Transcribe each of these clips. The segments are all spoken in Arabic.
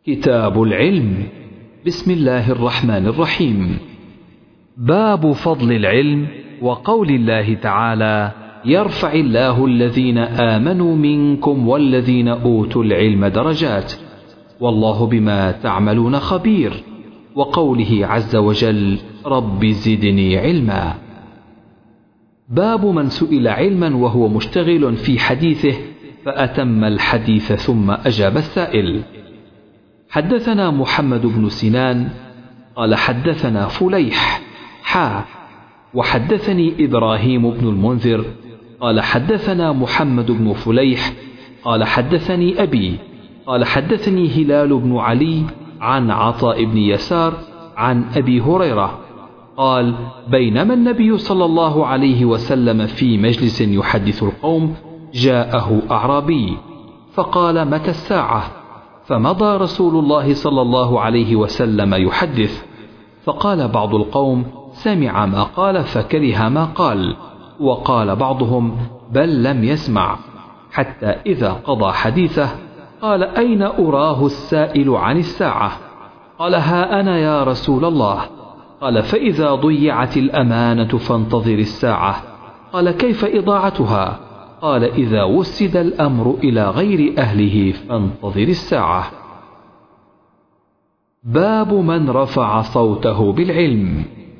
كتاب العلم. بسم الله الرحمن الرحيم. باب فضل العلم وقول الله تعالى: يرفع الله الذين آمنوا منكم والذين أوتوا العلم درجات والله بما تعملون خبير، وقوله عز وجل: رب زدني علما. باب من سئل علما وهو مشتغل في حديثه فأتم الحديث ثم أجاب السائل. حدثنا محمد بن سنان قال حدثنا فليح وحدثني إبراهيم بن المنذر قال حدثنا محمد بن فليح قال حدثني أبي قال حدثني هلال بن علي عن عطاء بن يسار عن أبي هريرة قال: بينما النبي صلى الله عليه وسلم في مجلس يحدث القوم جاءه أعرابي فقال: متى الساعة؟ فمضى رسول الله صلى الله عليه وسلم يحدث، فقال بعض القوم: سمع ما قال فكره ما قال، وقال بعضهم: بل لم يسمع، حتى إذا قضى حديثه قال: أين أراه السائل عن الساعة؟ قال: ها أنا يا رسول الله. قال: فإذا ضيعت الأمانة فانتظر الساعة. قال: كيف إضاعتها؟ قال: إذا وسد الأمر إلى غير أهله فانتظر الساعة. باب من رفع صوته بالعلم.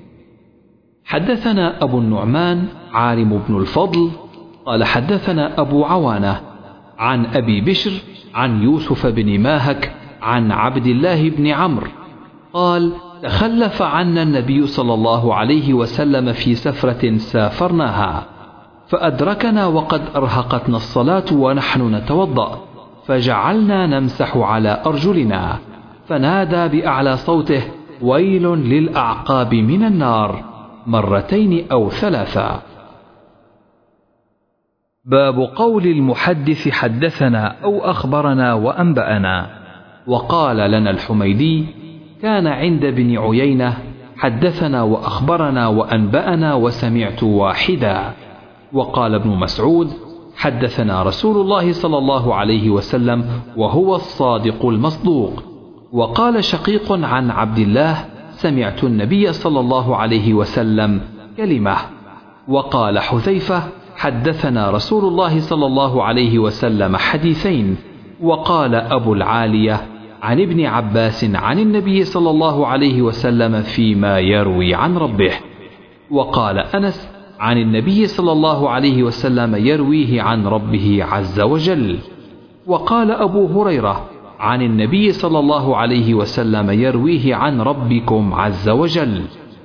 حدثنا أبو النعمان عالم بن الفضل قال حدثنا أبو عوانة عن أبي بشر عن يوسف بن ماهك عن عبد الله بن عمرو قال: تخلف عنا النبي صلى الله عليه وسلم في سفرة سافرناها، فأدركنا وقد أرهقتنا الصلاة ونحن نتوضأ، فجعلنا نمسح على أرجلنا، فنادى بأعلى صوته: ويل للأعقاب من النار، مرتين أو ثلاثا. باب قول المحدث حدثنا أو أخبرنا وأنبأنا. وقال لنا الحميدي: كان عند ابن عيينة حدثنا وأخبرنا وأنبأنا وسمعت واحدا. وقال ابن مسعود: حدثنا رسول الله صلى الله عليه وسلم وهو الصادق المصدوق. وقال شقيق عن عبد الله: سمعت النبي صلى الله عليه وسلم كلمة. وقال حذيفة: حدثنا رسول الله صلى الله عليه وسلم حديثين. وقال أبو العالية عن ابن عباس عن النبي صلى الله عليه وسلم فيما يروي عن ربه. وقال أنس عن النبي صلى الله عليه وسلم يرويه عن ربه عز وجل. وقال أبو هريرة عن النبي صلى الله عليه وسلم يرويه عن ربكم عز وجل.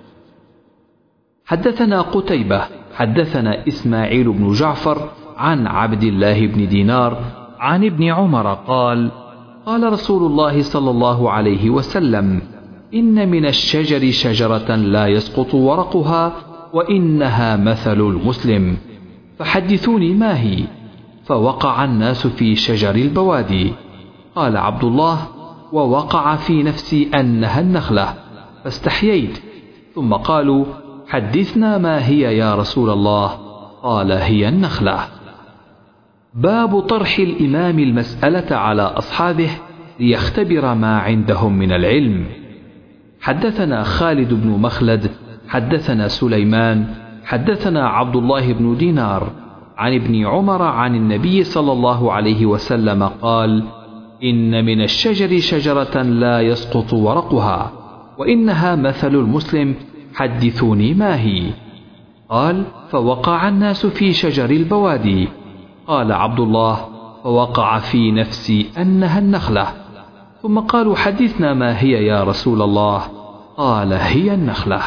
حدثنا قتيبة حدثنا إسماعيل بن جعفر عن عبد الله بن دينار عن ابن عمر قال: قال رسول الله صلى الله عليه وسلم: إن من الشجر شجرة لا يسقط ورقها وإنها مثل المسلم، فحدثوني ما هي؟ فوقع الناس في شجر البوادي. قال عبد الله: ووقع في نفسي أنها النخلة، فاستحييت. ثم قالوا: حدثنا ما هي يا رسول الله؟ قال: هي النخلة. باب طرح الإمام المسألة على أصحابه ليختبر ما عندهم من العلم. حدثنا خالد بن مخلد حدثنا سليمان حدثنا عبد الله بن دينار عن ابن عمر عن النبي صلى الله عليه وسلم قال: إن من الشجر شجرة لا يسقط ورقها وإنها مثل المسلم، حدثوني ما هي؟ قال: فوقع الناس في شجر البوادي. قال عبد الله: فوقع في نفسي أنها النخلة. ثم قالوا: حدثنا ما هي يا رسول الله؟ قال: هي النخلة.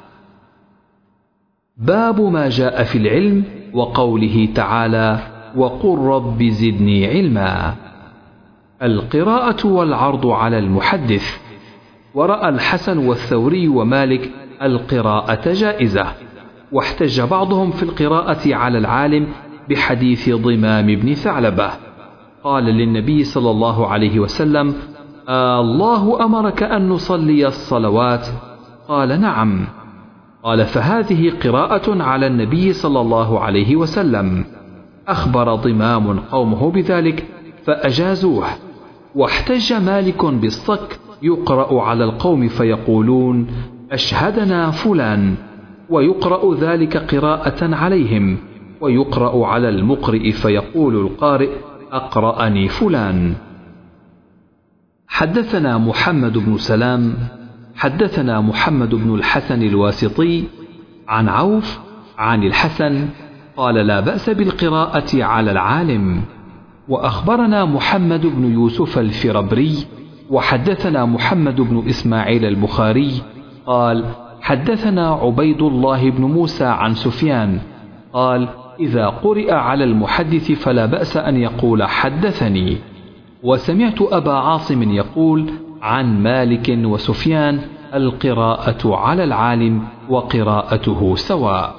باب ما جاء في العلم وقوله تعالى: وقل رب زدني علما. القراءة والعرض على المحدث. ورأى الحسن والثوري ومالك القراءة جائزة، واحتج بعضهم في القراءة على العالم بحديث ضمام بن ثعلبة قال للنبي صلى الله عليه وسلم: الله أمرك أن نصلي الصلوات؟ قال: نعم. قال: فهذه قراءة على النبي صلى الله عليه وسلم. أخبر ضمام قومه بذلك فأجازوه. واحتج مالك بالصك يقرأ على القوم فيقولون أشهدنا فلان، ويقرأ ذلك قراءة عليهم، ويقرأ على المقرئ فيقول القارئ أقرأني فلان. حدثنا محمد بن سلام حدثنا محمد بن الحسن الواسطي عن عوف عن الحسن قال لا بأس بالقراءة على العالم. وأخبرنا محمد بن يوسف الفربري وحدثنا محمد بن إسماعيل البخاري قال حدثنا عبيد الله بن موسى عن سفيان قال إذا قرئ على المحدث فلا بأس أن يقول حدثني. وسمعت أبا عاصم يقول عن مالك وسفيان القراءة على العالم وقراءته سواء.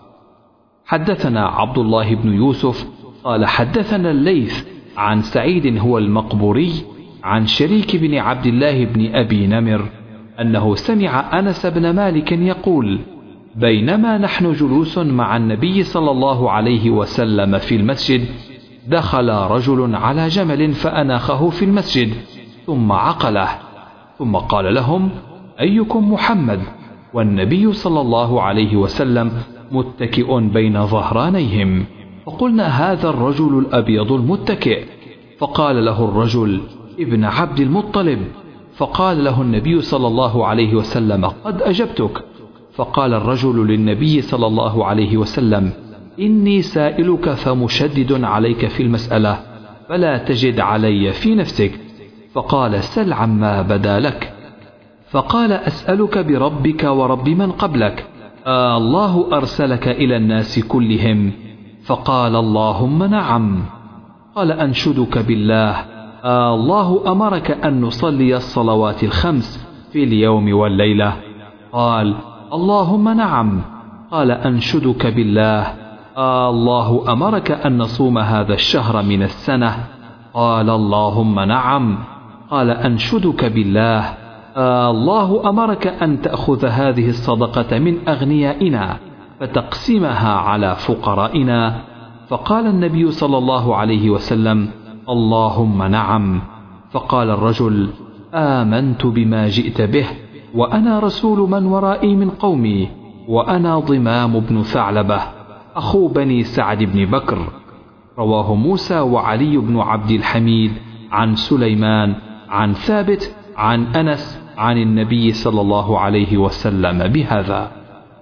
حدثنا عبد الله بن يوسف قال حدثنا الليث عن سعيد هو المقبوري عن شريك بن عبد الله بن أبي نمر أنه سمع أنس بن مالك يقول بينما نحن جلوس مع النبي صلى الله عليه وسلم في المسجد دخل رجل على جمل فأناخه في المسجد ثم عقله، ثم قال لهم أيكم محمد؟ والنبي صلى الله عليه وسلم متكئ بين ظهرانيهم. فقلنا هذا الرجل الأبيض المتكئ. فقال له الرجل ابن عبد المطلب. فقال له النبي صلى الله عليه وسلم قد أجبتك. فقال الرجل للنبي صلى الله عليه وسلم إني سائلك فمشدد عليك في المسألة فلا تجد علي في نفسك. فقال سل عما بدا لك. فقال أسألك بربك ورب من قبلك الله أرسلك إلى الناس كلهم؟ فقال اللهم نعم. قال أنشدك بالله الله أمرك أن نصلي الصلوات الخمس في اليوم والليلة؟ قال اللهم نعم. قال أنشدك بالله الله أمرك أن نصوم هذا الشهر من السنة؟ قال اللهم نعم. قال أنشدك بالله الله أمرك أن تأخذ هذه الصدقة من أغنيائنا فتقسمها على فقرائنا؟ فقال النبي صلى الله عليه وسلم اللهم نعم. فقال الرجل آمنت بما جئت به وأنا رسول من ورائي من قومي، وأنا ضمام بن ثعلبة أخو بني سعد بن بكر. رواه موسى وعلي بن عبد الحميد عن سليمان عن ثابت عن أنس عن النبي صلى الله عليه وسلم بهذا.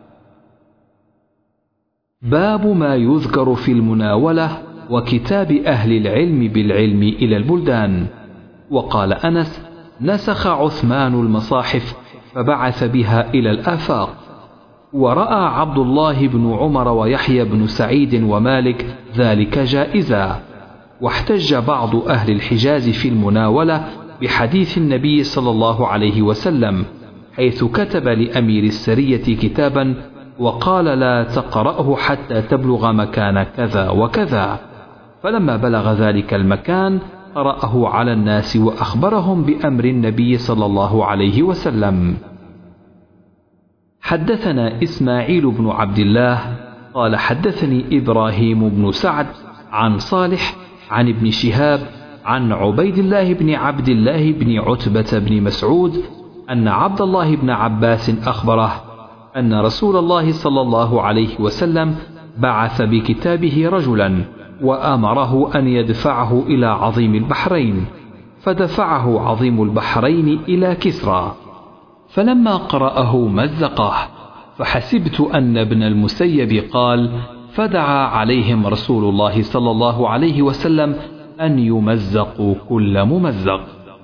باب ما يذكر في المناولة وكتاب أهل العلم بالعلم إلى البلدان. وقال أنس نسخ عثمان المصاحف فبعث بها إلى الآفاق. ورأى عبد الله بن عمر ويحيى بن سعيد ومالك ذلك جائزا. واحتج بعض أهل الحجاز في المناولة بحديث النبي صلى الله عليه وسلم حيث كتب لأمير السرية كتابا وقال لا تقرأه حتى تبلغ مكان كذا وكذا. فلما بلغ ذلك المكان قرأه على الناس وأخبرهم بأمر النبي صلى الله عليه وسلم. حدثنا إسماعيل بن عبد الله قال حدثني إبراهيم بن سعد عن صالح عن ابن شهاب عن عبيد الله بن عبد الله بن عتبة بن مسعود أن عبد الله بن عباس أخبره أن رسول الله صلى الله عليه وسلم بعث بكتابه رجلا وأمره أن يدفعه إلى عظيم البحرين، فدفعه عظيم البحرين إلى كسرى، فلما قرأه مزقه، فحسبت أن ابن المسيب قال فدعا عليهم رسول الله صلى الله عليه وسلم أن يمزقوا كل ممزق.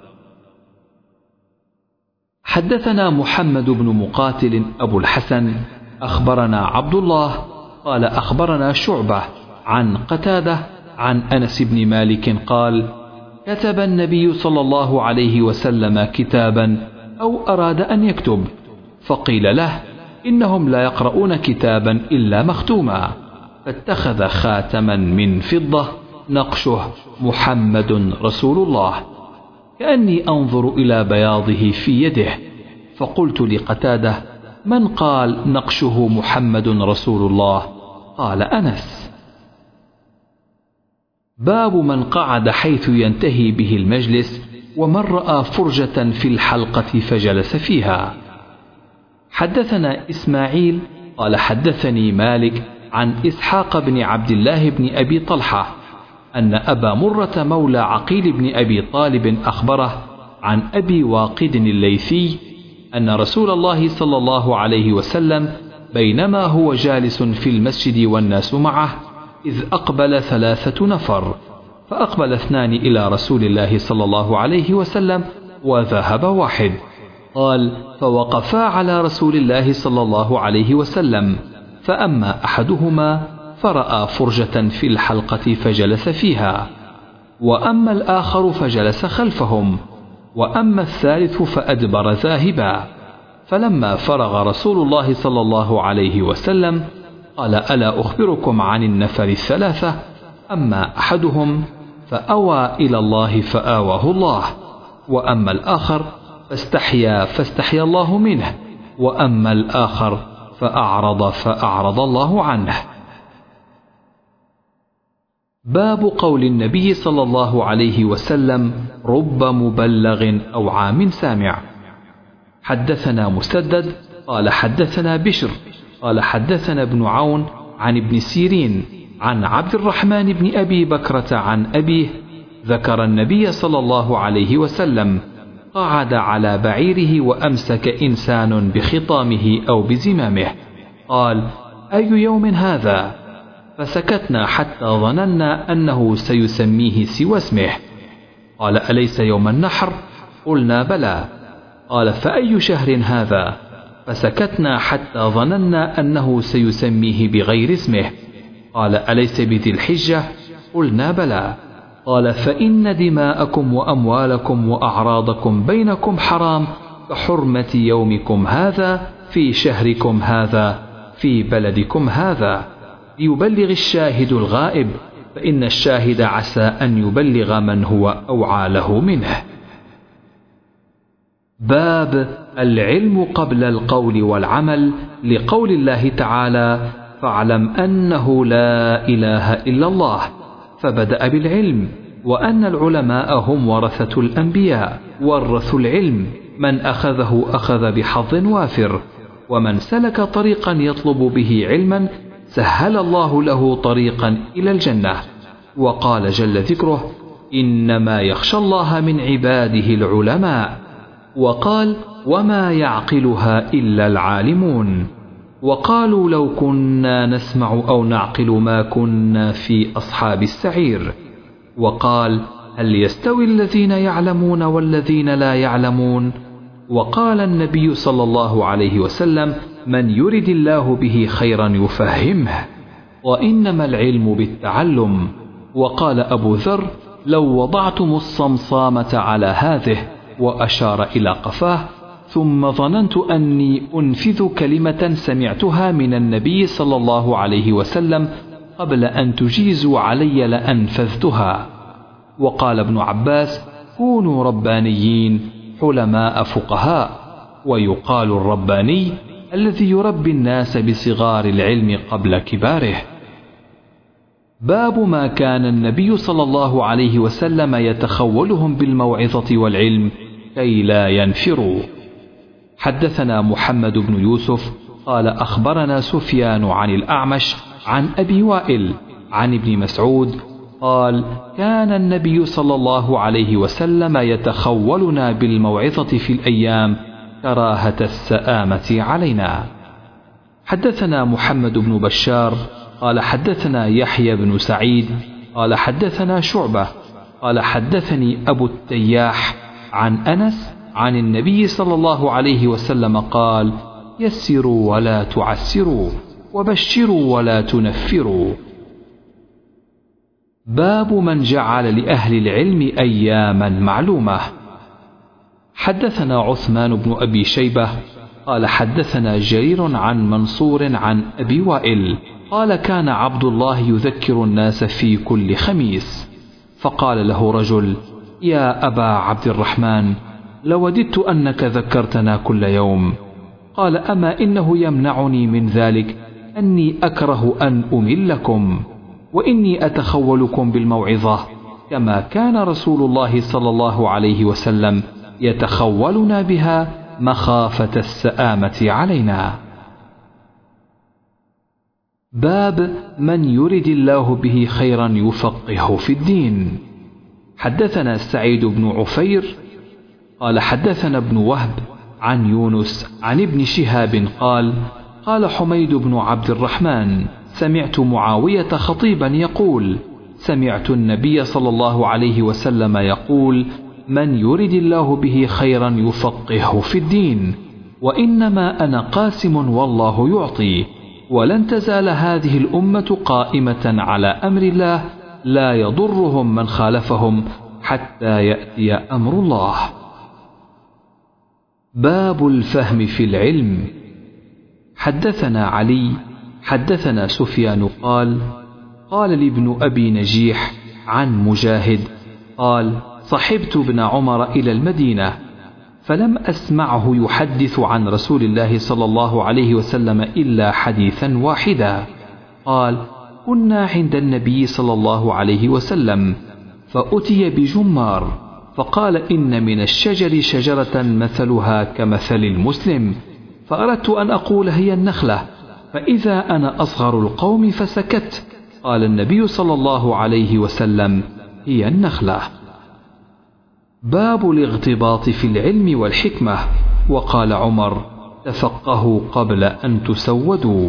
حدثنا محمد بن مقاتل أبو الحسن أخبرنا عبد الله قال أخبرنا شعبة عن قتادة عن أنس بن مالك قال كتب النبي صلى الله عليه وسلم كتابا أو أراد أن يكتب، فقيل له إنهم لا يقرؤون كتابا إلا مختوما، فاتخذ خاتما من فضة نقشه محمد رسول الله، كأني أنظر إلى بياضه في يده، فقلت لقتادة من قال نقشه محمد رسول الله؟ قال أنس. باب من قعد حيث ينتهي به المجلس ومن رأى فرجة في الحلقة فجلس فيها. حدثنا إسماعيل قال حدثني مالك عن إسحاق بن عبد الله بن أبي طلحة أن أبا مرة مولى عقيل بن أبي طالب أخبره عن أبي واقد الليثي أن رسول الله صلى الله عليه وسلم بينما هو جالس في المسجد والناس معه إذ أقبل 3 نفر، فأقبل 2 إلى رسول الله صلى الله عليه وسلم وذهب 1. قال: فوقفا على رسول الله صلى الله عليه وسلم، فأما أحدهما فرأى فرجة في الحلقة فجلس فيها، وأما الآخر فجلس خلفهم، وأما الثالث فأدبر ذاهبا. فلما فرغ رسول الله صلى الله عليه وسلم قال: ألا أخبركم عن النفر 3؟ أما أحدهم فأوى إلى الله فآواه الله، وأما الآخر فاستحيا الله منه، وأما الآخر فأعرض الله عنه. باب قول النبي صلى الله عليه وسلم: رب مبلغ أو عام سامع. حدثنا مسدد قال حدثنا بشر قال حدثنا ابن عون عن ابن سيرين عن عبد الرحمن بن أبي بكرة عن أبيه ذكر النبي صلى الله عليه وسلم قعد على بعيره وأمسك إنسان بخطامه أو بزمامه، قال: أي يوم هذا؟ فسكتنا حتى ظننا أنه سيسميه سوى اسمه. قال: أليس يوم النحر؟ قلنا: بلى. قال: فأي شهر هذا؟ فسكتنا حتى ظننا أنه سيسميه بغير اسمه. قال: أليس بذي الحجة؟ قلنا: بلى. قال: فإن دماءكم وأموالكم وأعراضكم بينكم حرام كحرمة يومكم هذا في شهركم هذا في بلدكم هذا، ليبلغ الشاهد الغائب، فإن الشاهد عسى أن يبلغ من هو أوعى له منه. باب العلم قبل القول والعمل، لقول الله تعالى: فاعلم أنه لا إله إلا الله، فبدأ بالعلم، وأن العلماء هم ورثة الأنبياء، ورثوا العلم، من أخذه أخذ بحظ وافر، ومن سلك طريقا يطلب به علما سهل الله له طريقا إلى الجنة. وقال جل ذكره: إنما يخشى الله من عباده العلماء. وقال: وما يعقلها إلا العالمون. وقالوا: لو كنا نسمع أو نعقل ما كنا في أصحاب السعير. وقال: هل يستوي الذين يعلمون والذين لا يعلمون؟ وقال النبي صلى الله عليه وسلم: من يرد الله به خيرا يفهمه، وإنما العلم بالتعلم. وقال أبو ذر: لو وضعتم الصمصامة على هذه، وأشار إلى قفاه، ثم ظننت أني أنفذ كلمة سمعتها من النبي صلى الله عليه وسلم قبل أن تجيزوا علي لأنفذتها. وقال ابن عباس: كونوا ربانيين حلماء فقهاء. ويقال الرباني الذي يربي الناس بصغار العلم قبل كباره. باب ما كان النبي صلى الله عليه وسلم يتخولهم بالموعظة والعلم كي لا ينفروا. حدثنا محمد بن يوسف قال أخبرنا سفيان عن الأعمش عن أبي وائل عن ابن مسعود قال: كان النبي صلى الله عليه وسلم يتخولنا بالموعظة في الأيام كراهة السآمة علينا. حدثنا محمد بن بشار قال حدثنا يحيى بن سعيد قال حدثنا شعبة قال حدثني أبو التياح عن أنس عن النبي صلى الله عليه وسلم قال: يسروا ولا تعسروا، وبشروا ولا تنفروا. باب من جعل لأهل العلم أياما معلومة. حدثنا عثمان بن أبي شيبة قال حدثنا جرير عن منصور عن أبي وائل قال: كان عبد الله يذكر الناس في كل خميس، فقال له رجل: يا أبا عبد الرحمن، لوددت أنك ذكرتنا كل يوم. قال: أما إنه يمنعني من ذلك أني أكره أن أملكم، وإني أتخولكم بالموعظة، كما كان رسول الله صلى الله عليه وسلم يتخولنا بها مخافة السآمة علينا. باب من يرد الله به خيرا يفقهه في الدين. حدثنا سعيد بن عفير قال حدثنا ابن وهب عن يونس عن ابن شهاب قال قال حميد بن عبد الرحمن سمعت معاوية خطيبا يقول سمعت النبي صلى الله عليه وسلم يقول من يرد الله به خيرا يفقهه في الدين، وإنما أنا قاسم والله يعطي، ولن تزال هذه الأمة قائمة على أمر الله لا يضرهم من خالفهم حتى يأتي أمر الله. باب الفهم في العلم. حدثنا علي حدثنا سفيان قال قال لابن أبي نجيح عن مجاهد قال صحبت ابن عمر إلى المدينة فلم أسمعه يحدث عن رسول الله صلى الله عليه وسلم إلا حديثا واحدا. قال كنا عند النبي صلى الله عليه وسلم فأتي بجمار فقال إن من الشجر شجرة مثلها كمثل المسلم، فأردت أن أقول هي النخلة، فإذا أنا أصغر القوم فسكت. قال النبي صلى الله عليه وسلم هي النخلة. باب الاغتباط في العلم والحكمة. وقال عمر تفقهوا قبل أن تسودوا.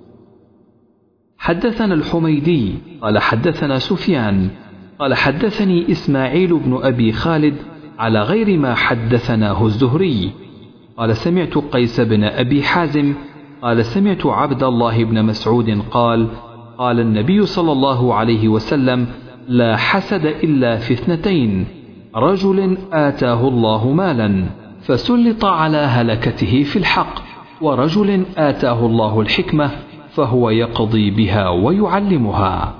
حدثنا الحميدي قال حدثنا سفيان قال حدثني إسماعيل بن أبي خالد على غير ما حدثناه الزهري قال سمعت قيس بن أبي حازم قال سمعت عبد الله بن مسعود قال قال النبي صلى الله عليه وسلم لا حسد إلا في اثنتين، رجل آتاه الله مالا فسلط على هلكته في الحق، ورجل آتاه الله الحكمة فهو يقضي بها ويعلمها.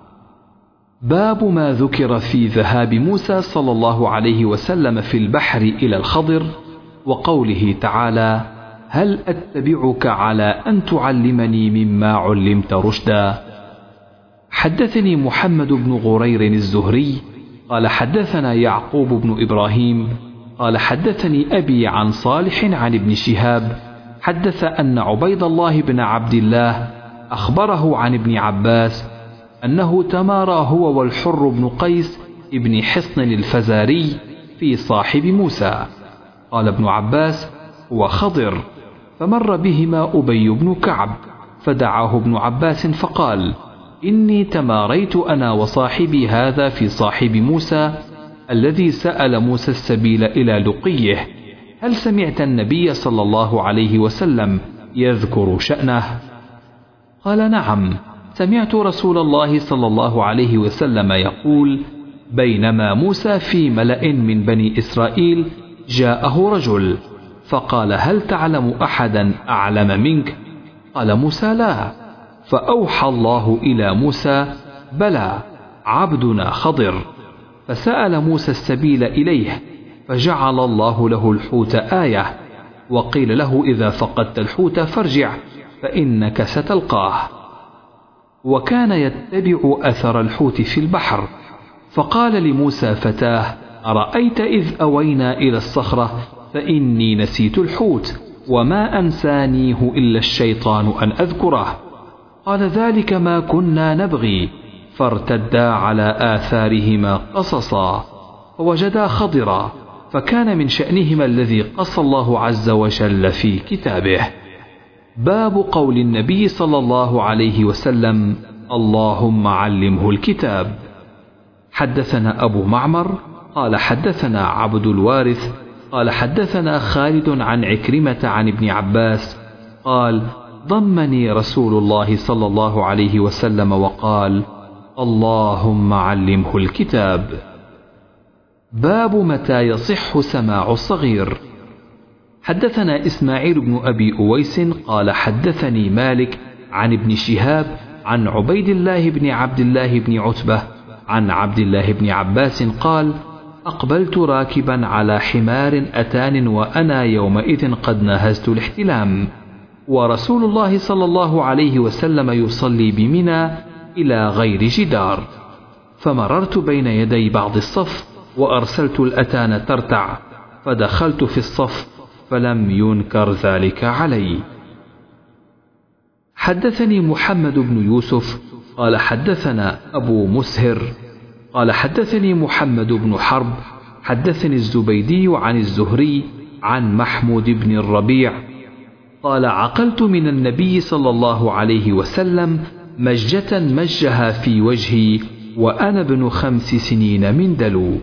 باب ما ذكر في ذهاب موسى صلى الله عليه وسلم في البحر إلى الخضر، وقوله تعالى هل أتبعك على أن تعلمني مما علمت رشدا. حدثني محمد بن غرير الزهري قال حدثنا يعقوب بن إبراهيم قال حدثني أبي عن صالح عن ابن شهاب حدث أن عبيد الله بن عبد الله أخبره عن ابن عباس أنه تمارى هو والحر بن قيس ابن حصن الفزاري في صاحب موسى. قال ابن عباس هو خضر، فمر بهما أبي بن كعب فدعاه ابن عباس فقال إني تماريت أنا وصاحبي هذا في صاحب موسى الذي سأل موسى السبيل إلى لقيه، هل سمعت النبي صلى الله عليه وسلم يذكر شأنه؟ قال نعم، سمعت رسول الله صلى الله عليه وسلم يقول بينما موسى في ملأ من بني إسرائيل جاءه رجل فقال هل تعلم أحدا أعلم منك؟ قال موسى لا، فأوحى الله إلى موسى بلى عبدنا خضر، فسأل موسى السبيل إليه فجعل الله له الحوت آية، وقيل له إذا فقدت الحوت فارجع فإنك ستلقاه. وكان يتبع أثر الحوت في البحر، فقال لموسى فتاه أرأيت إذ أوينا إلى الصخرة فإني نسيت الحوت وما أنسانيه إلا الشيطان أن أذكره. قال ذلك ما كنا نبغي، فارتدا على آثارهما قصصا فوجدا خضرا، فكان من شأنهما الذي قص الله عز وجل في كتابه. باب قول النبي صلى الله عليه وسلم اللهم علمه الكتاب. حدثنا أبو معمر قال حدثنا عبد الوارث قال حدثنا خالد عن عكرمة عن ابن عباس قال ضمني رسول الله صلى الله عليه وسلم وقال اللهم علمه الكتاب. باب متى يصح سماع الصغير. حدثنا إسماعيل بن أبي أويس قال حدثني مالك عن ابن شهاب عن عبيد الله بن عبد الله بن عتبة عن عبد الله بن عباس قال أقبلت راكبا على حمار أتان وأنا يومئذ قد نهزت الاحتلام، ورسول الله صلى الله عليه وسلم يصلي بمنى إلى غير جدار، فمررت بين يدي بعض الصف وأرسلت الأتان ترتع، فدخلت في الصف فلم ينكر ذلك علي. حدثني محمد بن يوسف قال حدثنا أبو مسهر قال حدثني محمد بن حرب حدثني الزبيدي عن الزهري عن محمود بن الربيع قال عقلت من النبي صلى الله عليه وسلم مجة مجها في وجهي وأنا ابن 5 سنين من دلو.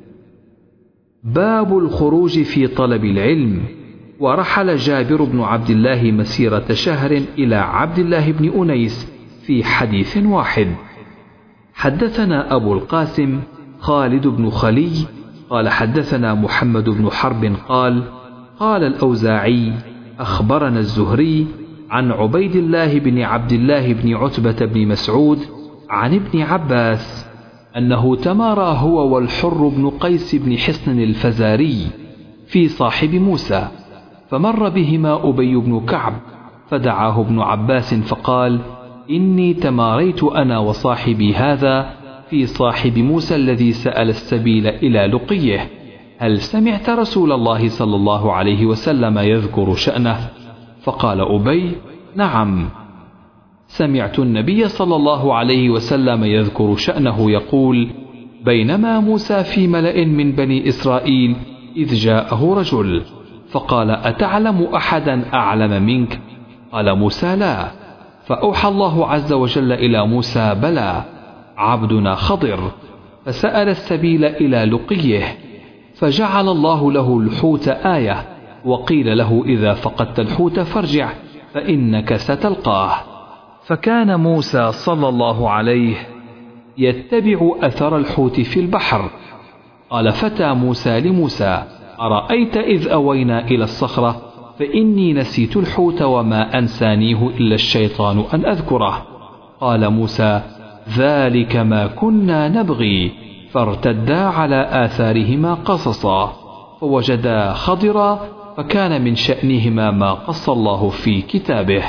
باب الخروج في طلب العلم. ورحل جابر بن عبد الله مسيرة شهر إلى عبد الله بن أنيس في حديث واحد. حدثنا أبو القاسم خالد بن خلي قال حدثنا محمد بن حرب قال الأوزاعي أخبرنا الزهري عن عبيد الله بن عبد الله بن عتبة بن مسعود عن ابن عباس أنه تمارى هو والحر بن قيس بن حصن الفزاري في صاحب موسى، فمر بهما أبي بن كعب فدعاه ابن عباس فقال إني تماريت أنا وصاحبي هذا في صاحب موسى الذي سأل السبيل إلى لقيه، هل سمعت رسول الله صلى الله عليه وسلم يذكر شأنه؟ فقال أبي نعم، سمعت النبي صلى الله عليه وسلم يذكر شأنه يقول بينما موسى في ملأ من بني إسرائيل إذ جاءه رجل فقال أتعلم أحدا أعلم منك؟ قال موسى لا، فأوحى الله عز وجل إلى موسى بلى عبدنا خضر، فسأل السبيل إلى لقيه، فجعل الله له الحوت آية، وقيل له إذا فقدت الحوت فارجع فإنك ستلقاه. فكان موسى صلى الله عليه يتبع أثر الحوت في البحر. قال فتى موسى لموسى أرأيت إذ أوينا إلى الصخرة فإني نسيت الحوت وما أنسانيه إلا الشيطان أن أذكره. قال موسى ذلك ما كنا نبغي، فارتدا على آثارهما قصصا فوجدا خضرا فكان من شأنهما ما قص الله في كتابه.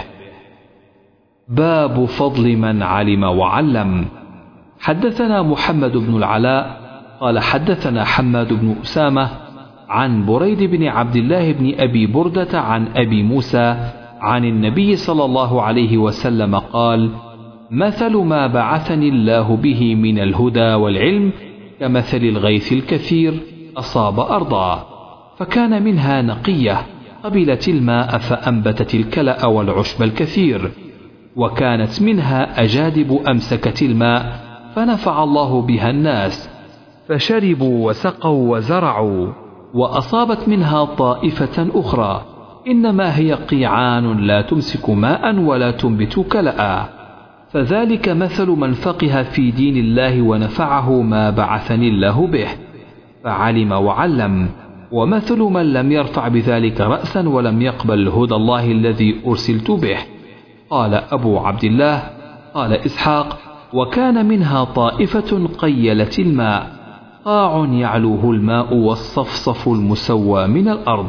باب فضل من علم وعلم. حدثنا محمد بن العلاء قال حدثنا حماد بن أسامة عن بريد بن عبد الله بن أبي بردة عن أبي موسى عن النبي صلى الله عليه وسلم قال مثل ما بعثني الله به من الهدى والعلم كمثل الغيث الكثير أصاب أرضا فكان منها نقية قبلت الماء فأنبتت الكلأ والعشب الكثير، وكانت منها أجادب أمسكت الماء فنفع الله بها الناس فشربوا وسقوا وزرعوا، وأصابت منها طائفة أخرى إنما هي قيعان لا تمسك ماء ولا تنبت كلأ، فذلك مثل من فقه في دين الله ونفعه ما بعثني الله به فعلم وعلم، ومثل من لم يرفع بذلك رأسا ولم يقبل هدى الله الذي أرسلت به. قال أبو عبد الله قال إسحاق وكان منها طائفة قيلت الماء قاع يعلوه الماء والصفصف المسوى من الأرض.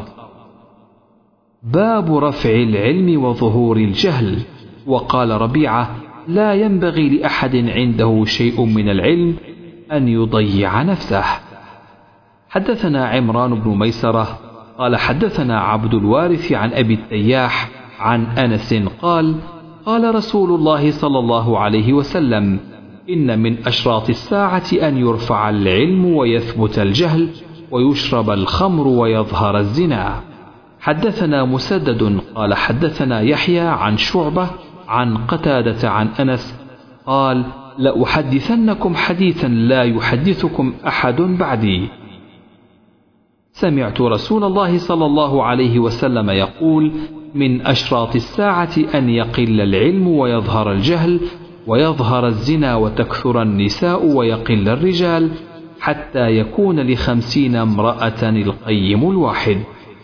باب رفع العلم وظهور الجهل. وقال ربيعة لا ينبغي لأحد عنده شيء من العلم أن يضيع نفسه. حدثنا عمران بن ميسرة قال حدثنا عبد الوارث عن أبي التياح عن أنس قال قال رسول الله صلى الله عليه وسلم إن من أشراط الساعة أن يرفع العلم ويثبت الجهل ويشرب الخمر ويظهر الزنا. حدثنا مسدد قال حدثنا يحيى عن شعبة عن قتادة عن أنس قال لأحدثنكم حديثا لا يحدثكم أحد بعدي. سمعت رسول الله صلى الله عليه وسلم يقول من أشراط الساعة أن يقل العلم ويظهر الجهل ويظهر الزنا وتكثر النساء ويقل الرجال حتى يكون ل50 امرأة القيم الواحد.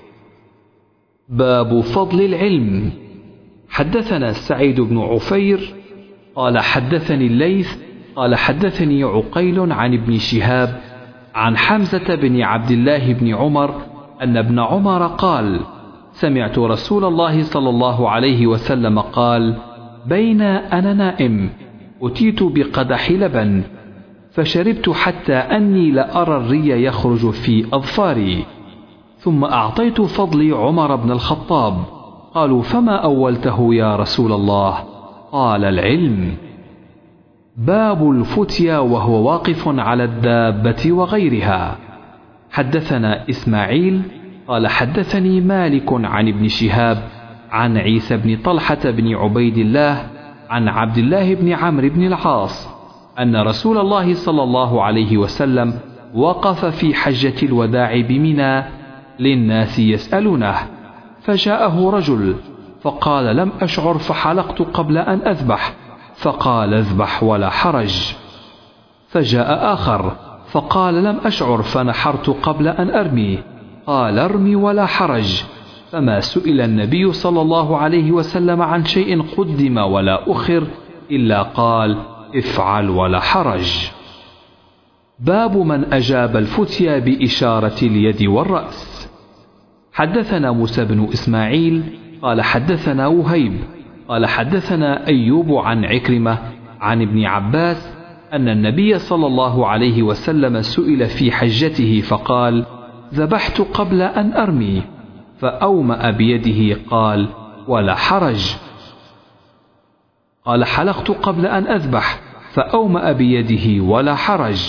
باب فضل العلم. حدثنا سعيد بن عفير قال حدثني الليث قال حدثني عقيل عن ابن شهاب عن حمزة بن عبد الله بن عمر أن ابن عمر قال سمعت رسول الله صلى الله عليه وسلم قال بين أنا نائم أتيت بقدح لبن فشربت حتى أني لأرى الري يخرج في أظفاري. ثم أعطيت فضلي عمر بن الخطاب. قالوا: فما أولته يا رسول الله؟ قال: العلم. باب الفتيا وهو واقف على الدابة وغيرها. حدثنا إسماعيل قال حدثني مالك عن ابن شهاب عن عيسى بن طلحة بن عبيد الله عن عبد الله بن عمرو بن العاص أن رسول الله صلى الله عليه وسلم وقف في حجة الوداع بمنى للناس يسألونه، فجاءه رجل فقال: لم أشعر فحلقت قبل أن أذبح، فقال: اذبح ولا حرج. فجاء آخر فقال: لم أشعر فنحرت قبل أن أرمي، قال: ارمي ولا حرج. فما سئل النبي صلى الله عليه وسلم عن شيء قدم ولا أخر إلا قال: افعل ولا حرج. باب من أجاب الفتيا بإشارة اليد والرأس. حدثنا موسى بن إسماعيل قال حدثنا وهيب قال حدثنا أيوب عن عكرمة عن ابن عباس أن النبي صلى الله عليه وسلم سئل في حجته فقال: ذبحت قبل أن أرمي، فأومأ بيده قال: ولا حرج. قال: حلقت قبل أن أذبح، فأومأ بيده ولا حرج.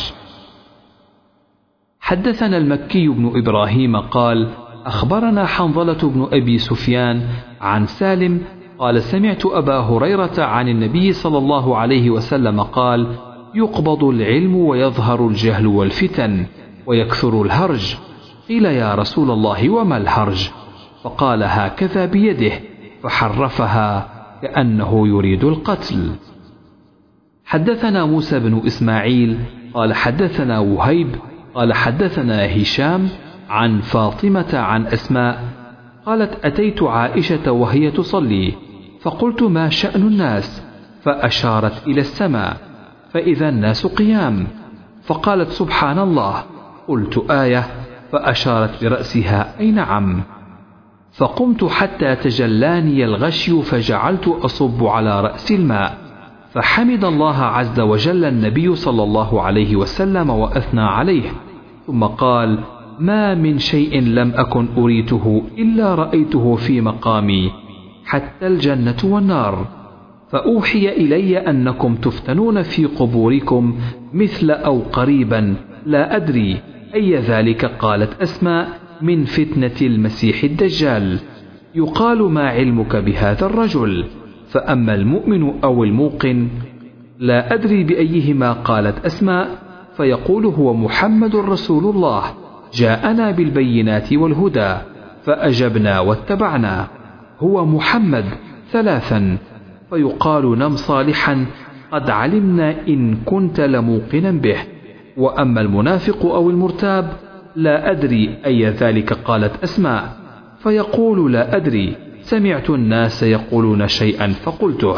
حدثنا المكي بن إبراهيم قال أخبرنا حنظلة بن أبي سفيان عن سالم قال: سمعت أبا هريرة عن النبي صلى الله عليه وسلم قال: يقبض العلم ويظهر الجهل والفتن ويكثر الهرج. قيل: يا رسول الله وما الهرج؟ فقال: هكذا بيده، فحرفها كأنه يريد القتل. حدثنا موسى بن إسماعيل قال حدثنا وهيب قال حدثنا هشام عن فاطمة عن أسماء قالت: أتيت عائشة وهي تصلي، فقلت: ما شأن الناس؟ فأشارت إلى السماء، فإذا الناس قيام، فقالت: سبحان الله. قلت: آية؟ فأشارت برأسها: أي نعم. فقمت حتى تجلاني الغشي، فجعلت أصب على رأس الماء، فحمد الله عز وجل النبي صلى الله عليه وسلم وأثنى عليه، ثم قال: ما من شيء لم أكن أريته إلا رأيته في مقامي، حتى الجنة والنار. فأوحي إلي أنكم تفتنون في قبوركم مثل أو قريبا، لا أدري أي ذلك. قالت أسماء: من فتنة المسيح الدجال. يقال: ما علمك بهذا الرجل؟ فأما المؤمن أو الموقن لا أدري بأيهما. قالت أسماء: فيقول: هو محمد رسول الله، جاءنا بالبينات والهدى، فأجبنا واتبعنا. هو محمد ثلاثا. فيقال: نم صالحا، قد علمنا إن كنت لموقنا به. وأما المنافق أو المرتاب لا أدري أي ذلك. قالت أسماء: فيقول: لا أدري، سمعت الناس يقولون شيئا فقلته.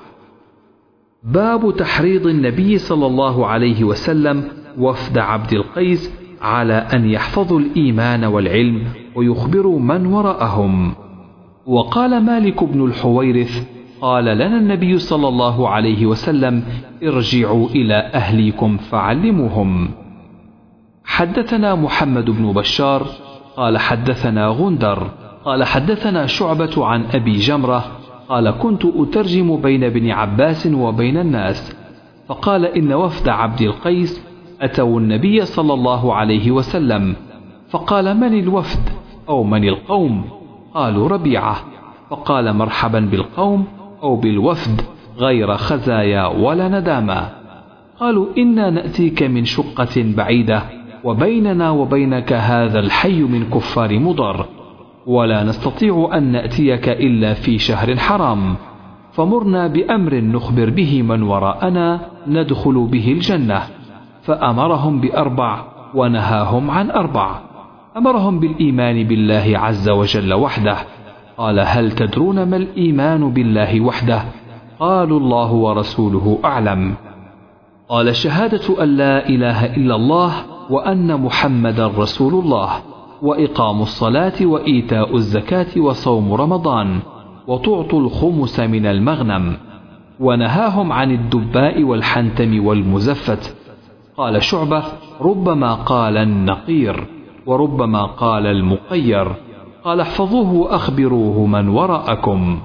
باب تحريض النبي صلى الله عليه وسلم وفد عبد القيس على أن يحفظوا الإيمان والعلم ويخبروا من وراءهم. وقال مالك بن الحويرث: قال لنا النبي صلى الله عليه وسلم: ارجعوا إلى أهليكم فعلموهم. حدثنا محمد بن بشار قال حدثنا غندر قال حدثنا شعبة عن أبي جمرة قال: كنت أترجم بين ابن عباس وبين الناس، فقال: إن وفد عبد القيس أتوا النبي صلى الله عليه وسلم، فقال: من الوفد أو من القوم؟ قالوا: ربيعة. فقال: مرحبا بالقوم أو بالوفد، غير خزايا ولا ندامة. قالوا: إنا نأتيك من شقة بعيدة، وبيننا وبينك هذا الحي من كفار مضر، ولا نستطيع أن نأتيك إلا في شهر حرام، فمرنا بأمر نخبر به من وراءنا ندخل به الجنة. فأمرهم بأربع ونهاهم عن أربع. أمرهم بالإيمان بالله عز وجل وحده. قال: هل تدرون ما الإيمان بالله وحده؟ قالوا: الله ورسوله أعلم. قال: شهادة أن لا إله إلا الله وأن محمدا رسول الله، وإقام الصلاة وإيتاء الزكاة وصوم رمضان، وتعطوا الخمس من المغنم. ونهاهم عن الدباء والحنتم والمزفت. قال شعبة: ربما قال النقير وربما قال المقير. قال: احفظوه وأخبروه من وراءكم.